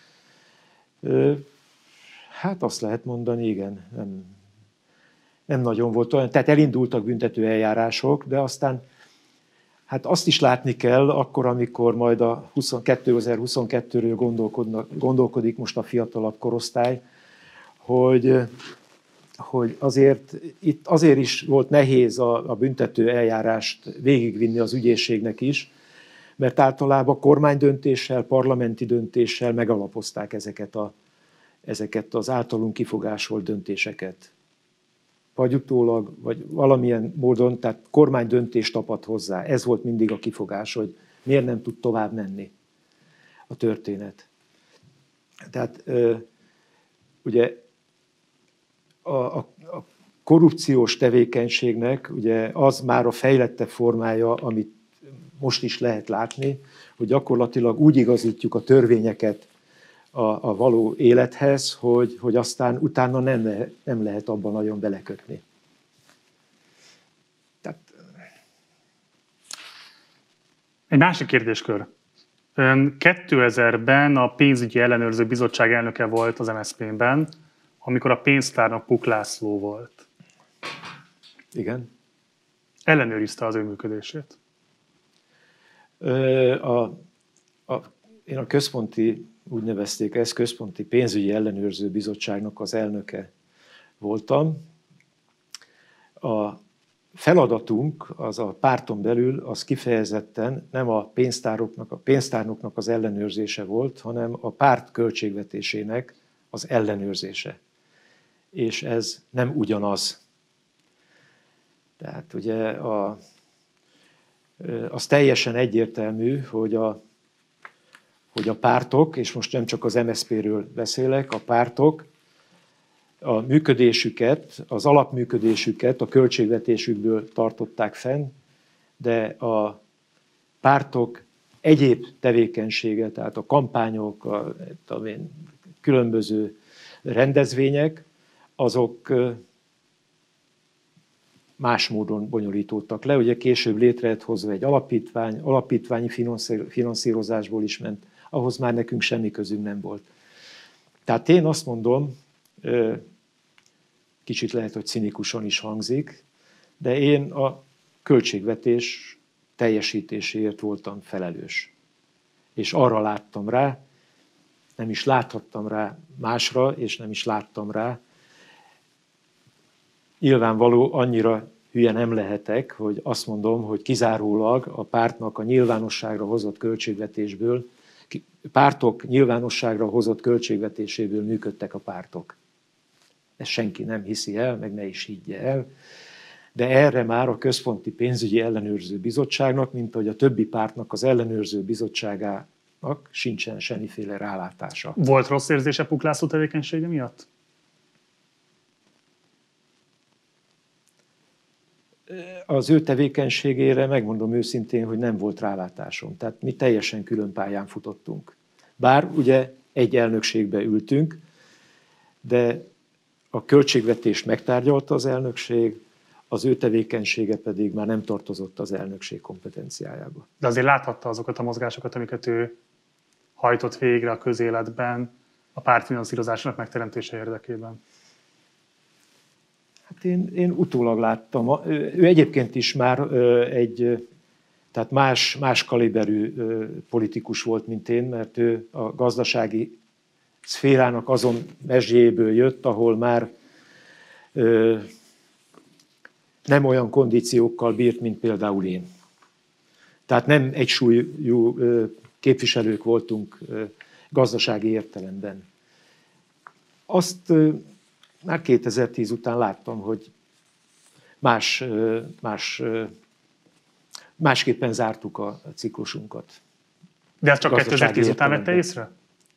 Hát azt lehet mondani, igen, nem, nem nagyon volt olyan. Tehát elindultak büntetőeljárások, de aztán hát azt is látni kell, akkor, amikor majd a kétezer-huszonkettőről gondolkodik most a fiatalabb korosztály, hogy, hogy azért itt azért is volt nehéz a, a büntető eljárást végigvinni az ügyészségnek is, mert általában kormánydöntéssel, parlamenti döntéssel megalapozták ezeket, a, ezeket az általunk kifogásolt döntéseket. Vagy utólag, vagy valamilyen módon, tehát kormánydöntés tapad hozzá. Ez volt mindig a kifogás, hogy miért nem tud tovább menni a történet. Tehát ugye a, a, a korrupciós tevékenységnek ugye az már a fejlettebb formája, amit most is lehet látni, hogy gyakorlatilag úgy igazítjuk a törvényeket a, a való élethez, hogy, hogy aztán utána nem lehet, nem lehet abban nagyon belekötni. Tehát... Egy másik kérdéskör. Ön kétezerben a pénzügyi ellenőrző bizottság elnöke volt az em es zé pé-ben, amikor a pénztárnok Puk László volt. Igen. Ellenőrizte az ő működését. A, a, én a központi, úgy nevezték ezt, központi pénzügyi ellenőrző bizottságnak az elnöke voltam. A feladatunk az a párton belül az kifejezetten nem a pénztároknak, a pénztárnoknak az ellenőrzése volt, hanem a párt költségvetésének az ellenőrzése. És ez nem ugyanaz. Tehát ugye a, az teljesen egyértelmű, hogy a, hogy a pártok, és most nem csak az em es zé pé-ről beszélek, a pártok a működésüket, az alapműködésüket a költségvetésükből tartották fenn, de a pártok egyéb tevékenysége, tehát a kampányok, a, a különböző rendezvények, azok más módon bonyolítódtak le. Ugye később létrejött hozva egy alapítvány, alapítványi finanszírozásból is ment, ahhoz már nekünk semmi közünk nem volt. Tehát én azt mondom, kicsit lehet, hogy cinikusan is hangzik, de én a költségvetés teljesítéséért voltam felelős. És arra láttam rá, nem is láthattam rá másra, és nem is láttam rá. Nyilvánvaló, annyira hülye nem lehetek, hogy azt mondom, hogy kizárólag a pártnak a nyilvánosságra hozott költségvetésből, pártok nyilvánosságra hozott költségvetéséből működtek a pártok. Ezt senki nem hiszi el, meg ne is higgye el. De erre már a Központi Pénzügyi Ellenőrző Bizottságnak, mint ahogy a többi pártnak az ellenőrző bizottságának sincsen semmiféle rálátása. Volt rossz érzése Puk László tevékenysége miatt? Az ő tevékenységére megmondom őszintén, hogy nem volt rálátásom. Tehát mi teljesen külön pályán futottunk. Bár ugye egy elnökségbe ültünk, de a költségvetést megtárgyalta az elnökség, az ő tevékenysége pedig már nem tartozott az elnökség kompetenciájába. De azért láthatta azokat a mozgásokat, amiket ő hajtott végre a közéletben a pártfinanszírozásnak megteremtése érdekében. Hát én, én utólag láttam. Ő egyébként is már egy, tehát más, más kaliberű politikus volt, mint én, mert ő a gazdasági szférának azon mezsjéből jött, ahol már ö, nem olyan kondíciókkal bírt, mint például én. Tehát nem egysúlyú ö, képviselők voltunk ö, gazdasági értelemben. Azt ö, már kétezer-tíz után láttam, hogy más, ö, más, ö, másképpen zártuk a ciklusunkat. De ezt csak kétezer-tíz után vette észre?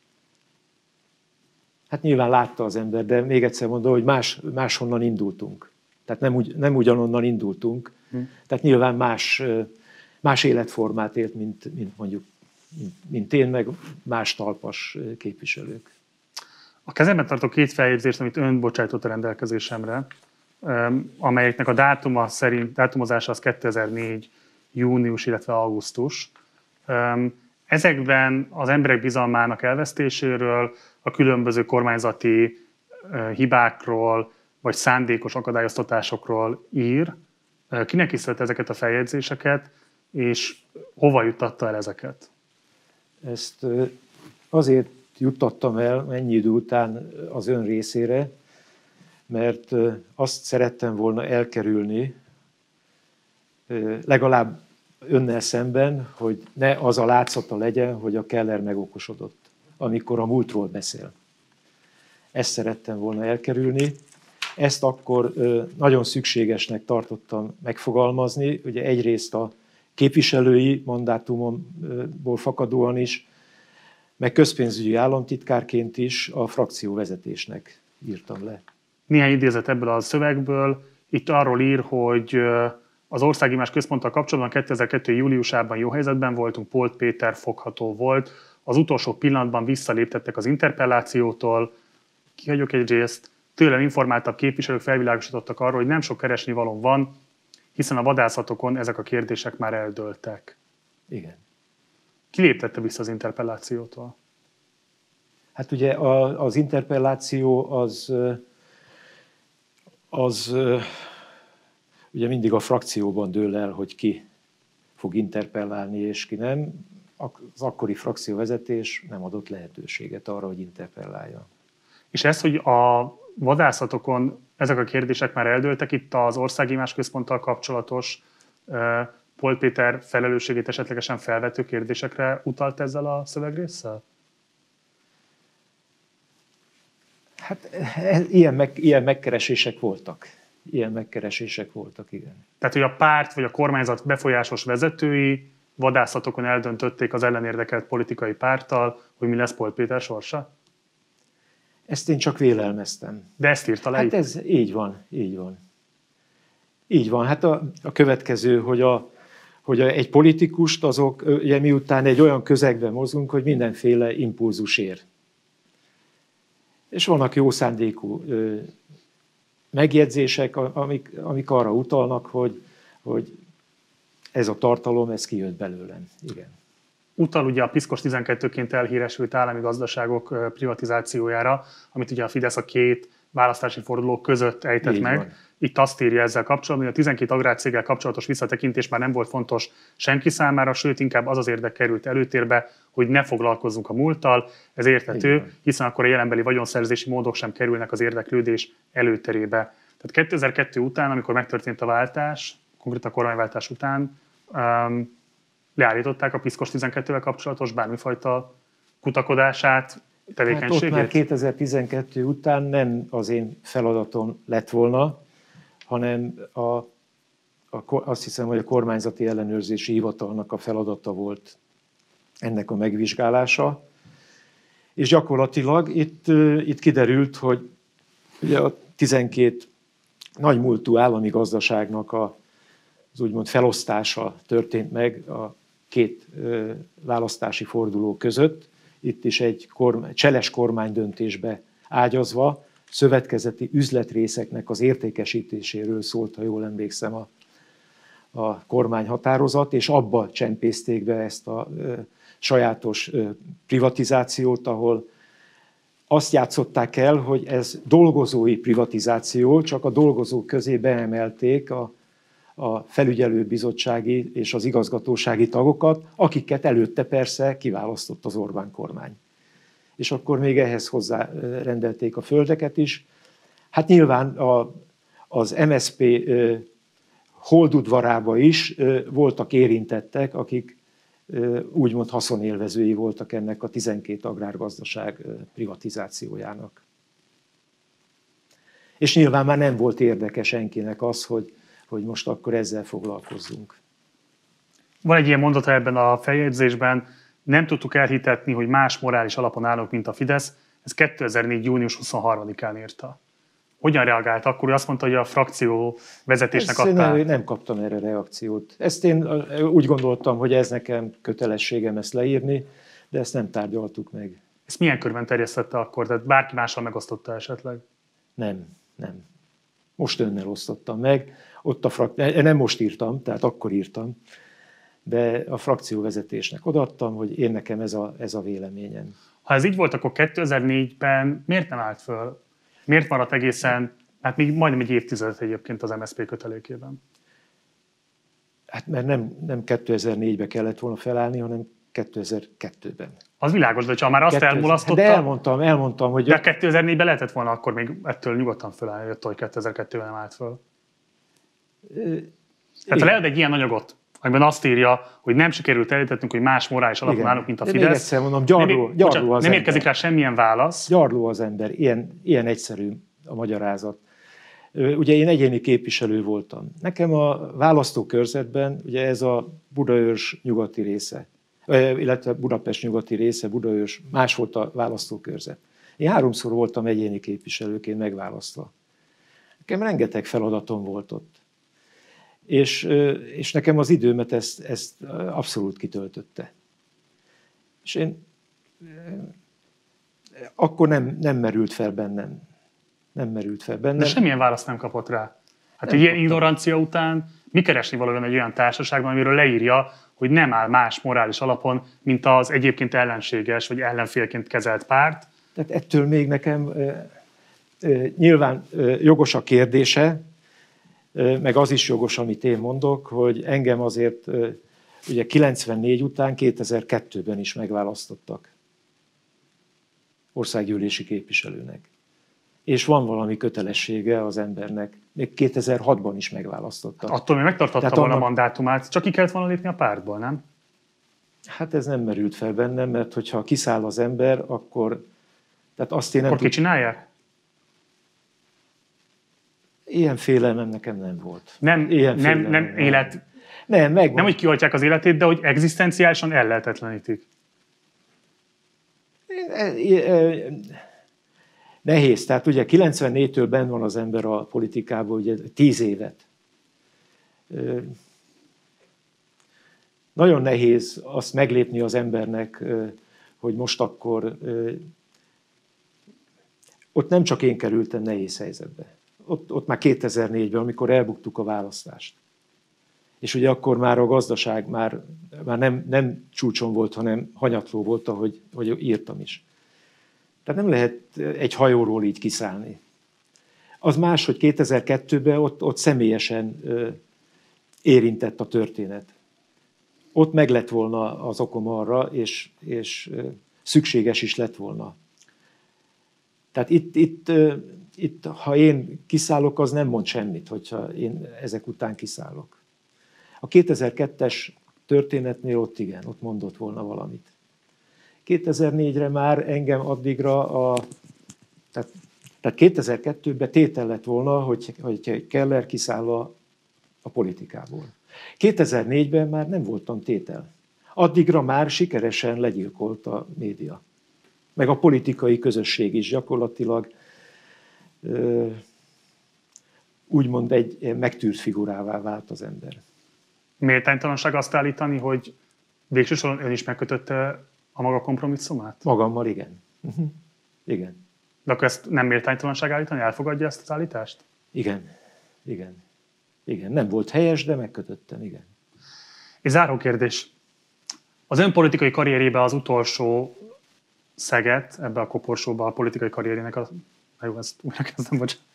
Hát nyilván látta az ember, de még egyszer mondom, hogy más, máshonnan indultunk. Tehát nem, ugy, nem ugyanonnan indultunk. Hm. Tehát nyilván más, más életformát élt, mint, mint mondjuk mint, mint én, meg más talpas képviselők. A kezemben tartok két feljegyzést, amit ön bocsájtott a rendelkezésemre, amelyeknek a dátuma szerint, dátumozása az kétezer-négy június, illetve augusztus. Ezekben az emberek bizalmának elvesztéséről, a különböző kormányzati hibákról, vagy szándékos akadályoztatásokról ír. Kinek is szedte ezeket a feljegyzéseket, és hova juttatta el ezeket? Ezt azért juttattam el ennyi idő után az ön részére, mert azt szerettem volna elkerülni, legalább önnel szemben, hogy ne az a látszata legyen, hogy a Keller megokosodott, amikor a múltról beszél. Ezt szerettem volna elkerülni. Ezt akkor nagyon szükségesnek tartottam megfogalmazni. Ugye egyrészt a képviselői mandátumomból fakadóan is, meg közpénzügyi államtitkárként is a frakcióvezetésnek írtam le. Néhány idézet ebből a szövegből. Itt arról ír, hogy az Országimás Központtal kapcsolatban kétezer-kettő júliusában jó helyzetben voltunk, Polt Péter fogható volt. Az utolsó pillanatban visszaléptettek az interpellációtól. Kihagyok egy részt. Tőlem informáltabb képviselők felvilágosítottak arról, hogy nem sok keresnivalóm van, hiszen a vadászatokon ezek a kérdések már eldőltek. Igen. Ki léptette vissza az interpellációtól? Hát ugye a, az interpelláció az, az ugye mindig a frakcióban dől el, hogy ki fog interpellálni és ki nem. Az akkori frakcióvezetés nem adott lehetőséget arra, hogy interpellálja. És ez, hogy a vadászatokon ezek a kérdések már eldőltek, itt az Országimás Központtal kapcsolatos Polt Péter felelősségét esetlegesen felvető kérdésekre utalt ezzel a szövegrésszel? Hát ilyen, meg, ilyen megkeresések voltak. Ilyen megkeresések voltak, igen. Tehát, hogy a párt vagy a kormányzat befolyásos vezetői vadászatokon eldöntötték az ellenérdekelt politikai párttal, hogy mi lesz Polt Péter sorsa? Ezt én csak vélelmeztem. De ezt írta le? Hát ez így van, így van. Így van. Hát a, a következő, hogy, a, hogy a, egy politikust azok, ugye miután egy olyan közegben mozgunk, hogy mindenféle impulzus ér. És vannak jó szándékú ö, megjegyzések, amik, amik arra utalnak, hogy, hogy ez a tartalom, ez kijött belőlem. Igen. Utal ugye a piszkos tizenkettőként elhíresült állami gazdaságok privatizációjára, amit ugye a Fidesz a két választási forduló között ejtett Így meg. van. Itt azt írja ezzel kapcsolatban, hogy a tizenkét agrárcéggel kapcsolatos visszatekintés már nem volt fontos senki számára, sőt inkább az az érdek került előtérbe, hogy ne foglalkozzunk a múlttal. Ez érthető, hiszen akkor a jelenbeli vagyonszerzési módok sem kerülnek az érdeklődés előterébe. Tehát kétezer-kettő után, amikor megtörtént a váltás, konkrétan a kormányváltás után, um, leállították a piszkos tizenkettővel kapcsolatos bármifajta kutakodását, tevékenységét? Hát ott már kétezer-tizenkettő után nem az én feladatom lett volna, hanem a, a, azt hiszem, hogy a kormányzati ellenőrzési hivatalnak a feladata volt ennek a megvizsgálása. És gyakorlatilag itt, itt kiderült, hogy ugye a tizenkét nagymúltú állami gazdaságnak a, az úgymond felosztása történt meg a két választási forduló között. Itt is egy kormány, cseles kormánydöntésbe ágyazva, szövetkezeti üzletrészeknek az értékesítéséről szólt, ha jól emlékszem, a, a kormányhatározat, és abba csempészték be ezt a ö, sajátos ö, privatizációt, ahol azt játszották el, hogy ez dolgozói privatizáció, csak a dolgozók közé beemelték a, a felügyelőbizottsági és az igazgatósági tagokat, akiket előtte persze kiválasztott az Orbán kormány. És akkor még ehhez hozzá rendelték a földeket is. Hát nyilván a, az em es zé pé holdudvarába is voltak érintettek, akik úgymond haszonélvezői voltak ennek a tizenkét agrárgazdaság privatizációjának. És nyilván már nem volt érdeke senkinek az, hogy, hogy most akkor ezzel foglalkozzunk. Van egy ilyen mondata ebben a feljegyzésben, nem tudtuk elhitetni, hogy más morális alapon állunk, mint a Fidesz. Ez kétezer-négy. június huszonharmadikán írta. Hogyan reagált akkor? Ő azt mondta, hogy a frakció vezetésnek Ezt adták. Nem, nem kaptam erre reakciót. Ezt én úgy gondoltam, hogy ez nekem kötelességem ezt leírni, de ezt nem tárgyaltuk meg. Ezt milyen körben terjesztette akkor? Tehát bárki mással megosztotta esetleg? Nem, nem. Most önnel osztottam meg. Ott a frak... Nem most írtam, tehát akkor írtam, de a frakcióvezetésnek odaadtam, hogy én nekem ez a, ez a véleményem. Ha ez így volt, akkor kétezer-négyben miért nem állt föl? Miért maradt egészen, hát még majdnem egy évtizedet egyébként az em es zé pé kötelékében? Hát mert nem, nem kétezer-négyben kellett volna felállni, hanem kétezer-kettőben. Az világos, de ha már azt elmulasztotta... De elmondtam, elmondtam, hogy... De kétezer-négyben lehetett volna akkor még ettől nyugodtan felállni, attól, hogy kétezer-kettőben nem állt föl. Tehát ha lehet egy ilyen anyagot, amiben azt írja, hogy nem sikerült elhitetnünk, hogy más morális alapon állunk, mint a Fidesz. De még egyszer mondom, gyarló, nem, gyarló bocsánat, az nem ember. érkezik rá semmilyen válasz. Gyarló az ember, ilyen, ilyen egyszerű a magyarázat. Ugye én egyéni képviselő voltam. Nekem a választókörzetben, ugye ez a Budaörs nyugati része, illetve Budapest nyugati része, Budaörs, más volt a választókörzet. Én háromszor voltam egyéni képviselőként megválasztva. Nekem rengeteg feladatom volt ott. És, és nekem az időmet ezt, ezt abszolút kitöltötte. És én akkor nem, nem merült fel bennem. Nem merült fel bennem. De semmilyen választ nem kapott rá. Hát nem egy ilyen kaptam. ignorancia után mi keresni valójában egy olyan társaságban, amiről leírja, hogy nem áll más morális alapon, mint az egyébként ellenséges vagy ellenfélként kezelt párt. Tehát ettől még nekem e, e, nyilván e, jogos a kérdése, e, meg az is jogos, amit én mondok, hogy engem azért e, ugye kilencvennégy után kétezer-kettőben is megválasztottak országgyűlési képviselőnek. És van valami kötelessége az embernek. Még kétezer-hatban is megválasztottak. Attól még megtarthatta Tehát volna a annak... mandátumát, csak ki kellett volna lépni a pártból, nem? Hát ez nem merült fel bennem, mert hogyha kiszáll az ember, akkor... Tehát azt én nem akkor tud... ki csinálják? Ilyen félelmem nekem nem volt. Nem, Ilyen nem, félelmem, nem élet... Nem, megvan. Nem, hogy kioltják az életét, de hogy egzisztenciálisan ellehetetlenítik. Nehéz. Tehát ugye kilencvennégytől benn van az ember a politikában, ugye tíz évet. Nagyon nehéz azt meglépni az embernek, hogy most akkor... Ott nem csak én kerültem nehéz helyzetbe. Ott, ott már kétezer-négyben, amikor elbuktuk a választást. És ugye akkor már a gazdaság már, már nem, nem csúcson volt, hanem hanyatló volt, ahogy, ahogy írtam is. Tehát nem lehet egy hajóról így kiszállni. Az más, hogy kétezer-kettőben ott, ott személyesen ö, érintett a történet. Ott meg lett volna az okom arra, és, és ö, szükséges is lett volna. Tehát itt, itt, ö, itt, ha én kiszállok, az nem mond semmit, hogyha én ezek után kiszállok. A kétezer-kettes történetnél ott igen, ott mondott volna valamit. kétezer-négyre már engem addigra, a, tehát, tehát kétezer-kettőben tétel lett volna, hogy, hogy Keller kiszáll a, a politikából. kétezer-négyben már nem voltam tétel. Addigra már sikeresen legyilkolt a média. Meg a politikai közösség is gyakorlatilag ö, úgymond egy megtűrt figurává vált az ember. Méltánytalanság azt állítani, hogy végső soron ön is megkötötte a maga kompromisszumát? Magammal igen. Uh-huh. Igen. De akkor ezt nem méltánytalanság állítani? Elfogadja ezt az állítást? Igen. Igen. Igen. Nem volt helyes, de megkötöttem, igen. És záró kérdés. Az ön politikai karrierjében az utolsó szeget, ebbe a koporsóba a politikai karrierjének a... Jó, ezt újra kezdem, bocsánat.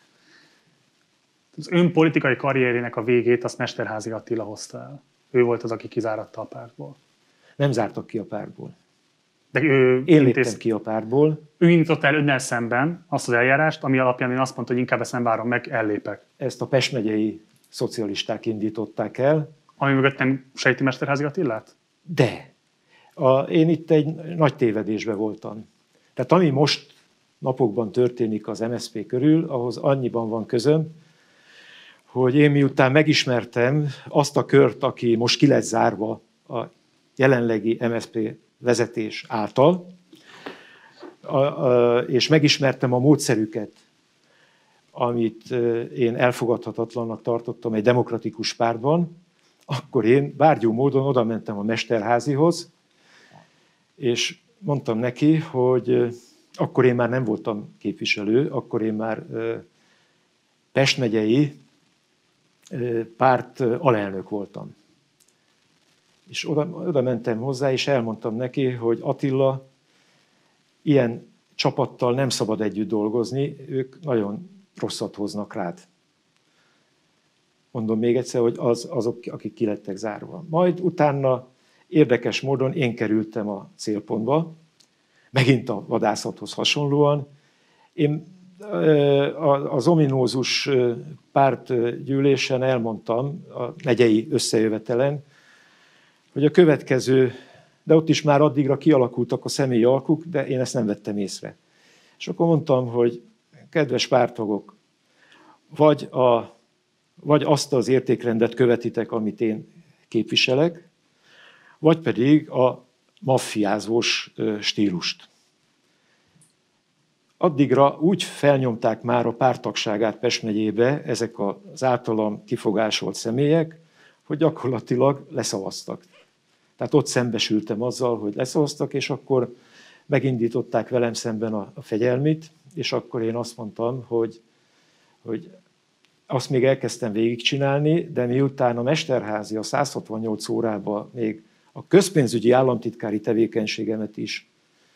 Az ön politikai karrierjének a végét azt Mesterházy Attila hozta el. Ő volt az, aki kizáratta a pártból. Nem zártak ki a pártból. De ő Én intéz... léptem ki a pártból. Ő indított el önnel szemben azt az eljárást, ami alapján én azt mondta, hogy inkább ezt nem várom meg, ellépek. Ezt a Pest megyei szocialisták indították el. Ami mögött nem sejti Mesterházy Attilát? De. A, én itt egy nagy tévedésben voltam. Tehát ami most napokban történik az em es zé pé körül, ahhoz annyiban van közöm, hogy én miután megismertem azt a kört, aki most ki lett zárva a jelenlegi em es zé pé vezetés által, a, a, és megismertem a módszerüket, amit én elfogadhatatlannak tartottam egy demokratikus pártban, akkor én bárgyú módon oda mentem a Mesterházyhoz, és mondtam neki, hogy akkor én már nem voltam képviselő, akkor én már Pest megyei párt alelnök voltam. És oda, oda mentem hozzá, és elmondtam neki, hogy Attila, ilyen csapattal nem szabad együtt dolgozni, ők nagyon rosszat hoznak rád. Mondom még egyszer, hogy az, azok, akik ki lettek zárva. Majd utána érdekes módon én kerültem a célpontba, megint a vadászathoz hasonlóan. Én az ominózus pártgyűlésen elmondtam, a megyei összejövetelen, hogy a következő, de ott is már addigra kialakultak a személyi alkuk, de én ezt nem vettem észre. És akkor mondtam, hogy kedves párttagok, vagy, a, vagy azt az értékrendet követitek, amit én képviselek, vagy pedig a maffiázós stílust. Addigra úgy felnyomták már a párttagságát Pest megyébe ezek az általam kifogásolt személyek, hogy gyakorlatilag leszavaztak. Tehát ott szembesültem azzal, hogy leszavaztak, és akkor megindították velem szemben a, a fegyelmit, és akkor én azt mondtam, hogy, hogy azt még elkezdtem végigcsinálni, de miután a Mesterházi a száz hatvannyolc órában még a közpénzügyi államtitkári tevékenységemet is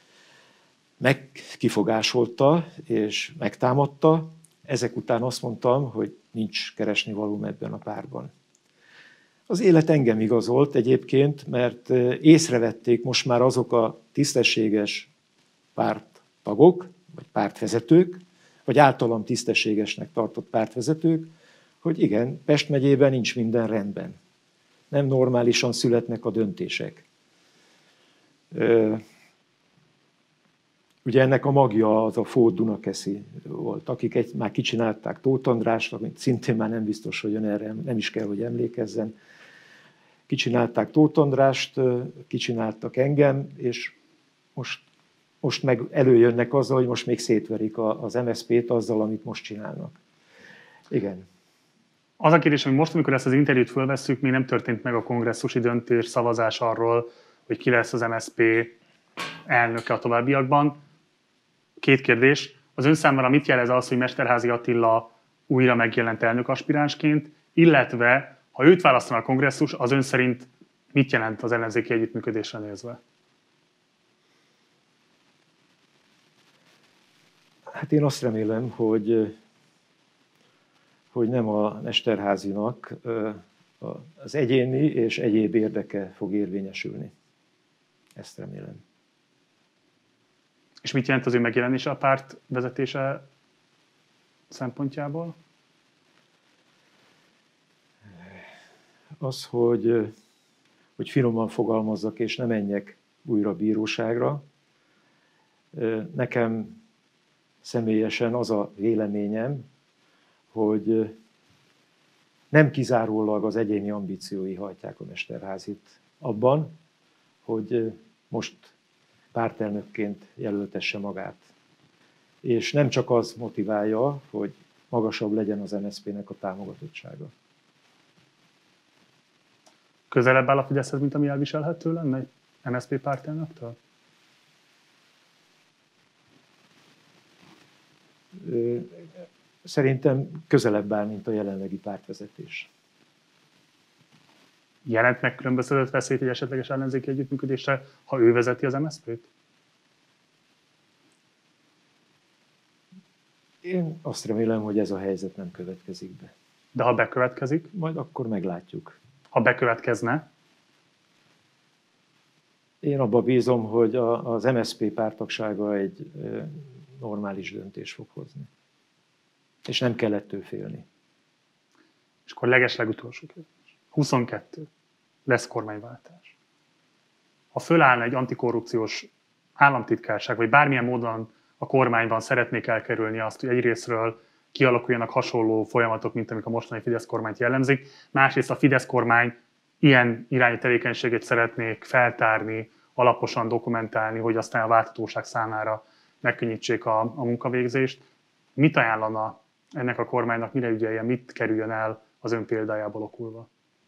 megkifogásolta és megtámadta, ezek után azt mondtam, hogy nincs keresnivalóm ebben a párban. Az élet engem igazolt egyébként, mert észrevették most már azok a tisztességes párttagok, vagy pártvezetők, vagy általam tisztességesnek tartott pártvezetők, hogy igen, Pest megyében nincs minden rendben. Nem normálisan születnek a döntések. Ugye ennek a magja az a Fót Dunakeszi volt, akik egy, már kicsinálták Tóth Andrást, amit szintén már nem biztos, hogy ön erre nem is kell, hogy emlékezzen. Kicsinálták Tóth Andrást, kicsináltak engem, és most, most meg előjönnek azzal, hogy most még szétverik az em es zé pét azzal, amit most csinálnak. Igen. Az a kérdés, hogy most, amikor ezt az interjút fölvesszük, még nem történt meg a kongresszusi döntés, szavazás arról, hogy ki lesz az em es zé pé elnöke a továbbiakban. Két kérdés. Az ön számára mit jelez az, hogy Mesterházy Attila újra megjelent elnökaspiránsként, illetve ha őt választaná a kongresszus, az ön szerint mit jelent az ellenzéki együttműködésre nézve? Hát én azt remélem, hogy, hogy nem a Mesterházynak az egyéni és egyéb érdeke fog érvényesülni. Ezt remélem. És mit jelent az ő megjelenése a párt vezetése szempontjából? Az, hogy, hogy finoman fogalmazzak, és ne menjek újra bíróságra. Nekem személyesen az a véleményem, hogy nem kizárólag az egyéni ambíciói hajtják a Mesterházit abban, hogy most pártelnökként jelöltesse magát. És nem csak az motiválja, hogy magasabb legyen az em es zé pének a támogatottsága. Közelebb áll a Fideszhez, mint ami elviselhető lenne egy em es zé pé pártelnöktől? Szerintem közelebb áll, mint a jelenlegi pártvezetés. Jelent meg különböztetett veszélyt egy esetleges ellenzéki együttműködésre, ha ő vezeti az em es zé pét? Én azt remélem, hogy ez a helyzet nem következik be. De ha bekövetkezik? Majd akkor meglátjuk. Ha bekövetkezne? Én abba bízom, hogy az em es zé pé párttagsága egy normális döntés fog hozni. És nem kell ettől félni. És akkor legeslegutolsó kérdés. huszonkettő. Lesz kormányváltás. Ha fölállna egy antikorrupciós államtitkárság, vagy bármilyen módon a kormányban szeretnék elkerülni azt, hogy egyrésztről kialakuljanak hasonló folyamatok, mint amik a mostani Fidesz kormányt jellemzik, másrészt a Fidesz kormány ilyen irányú tevékenységet szeretnék feltárni, alaposan dokumentálni, hogy aztán a válthatóság számára megkönnyítsék a, a munkavégzést. Mit ajánlana ennek a kormánynak, mire ügyeljen, mit kerüljön el az ön példájából okulva?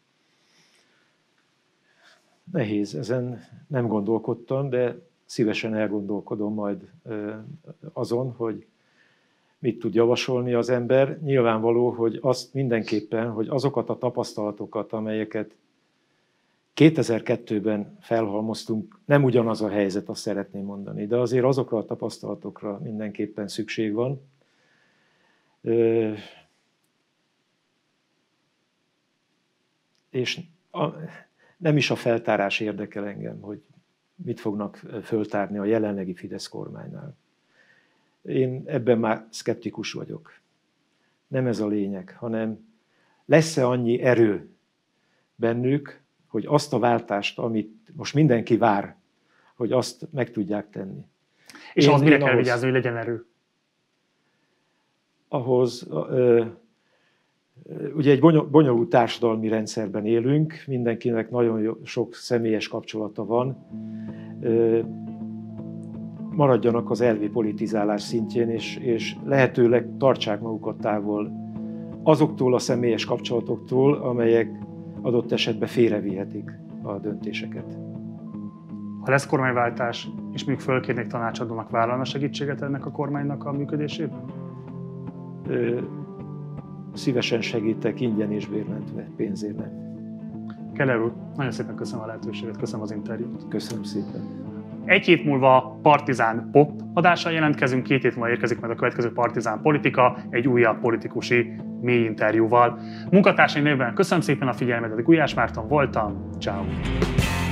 Nehéz, ezen nem gondolkodtam, de szívesen elgondolkodom majd azon, hogy mit tud javasolni az ember. Nyilvánvaló, hogy azt mindenképpen, hogy azokat a tapasztalatokat, amelyeket kétezer-kettőben felhalmoztunk, nem ugyanaz a helyzet, azt szeretném mondani, de azért azokra a tapasztalatokra mindenképpen szükség van. És a, nem is a feltárás érdekel engem, hogy mit fognak föltárni a jelenlegi Fidesz kormánynál. Én ebben már szkeptikus vagyok. Nem ez a lényeg, hanem lesz-e annyi erő bennük, hogy azt a váltást, amit most mindenki vár, hogy azt meg tudják tenni. És az mire kell ahhoz, vigyázni, hogy legyen erő? Ahhoz, ö, ugye egy bonyolult társadalmi rendszerben élünk, mindenkinek nagyon jó, sok személyes kapcsolata van. Ö, maradjanak az elvi politizálás szintjén, és, és lehetőleg tartsák magukat távol azoktól a személyes kapcsolatoktól, amelyek adott esetben félrevihetik a döntéseket. Ha lesz kormányváltás, és még fölkérnék tanácsadónak, vállalna segítséget ennek a kormánynak a működésében? szívesen segítek ingyen és bérmentve pénzért nem. Keller úr, nagyon szépen köszönöm a lehetőséget, köszönöm az interjút. Köszönöm szépen. Egy hét múlva Partizán Pop adással jelentkezünk, két hét múlva érkezik majd a következő Partizán Politika egy újabb politikusi mély interjúval. Munkatársaim nevében köszönöm szépen a figyelmet, Gulyás Márton voltam, ciao.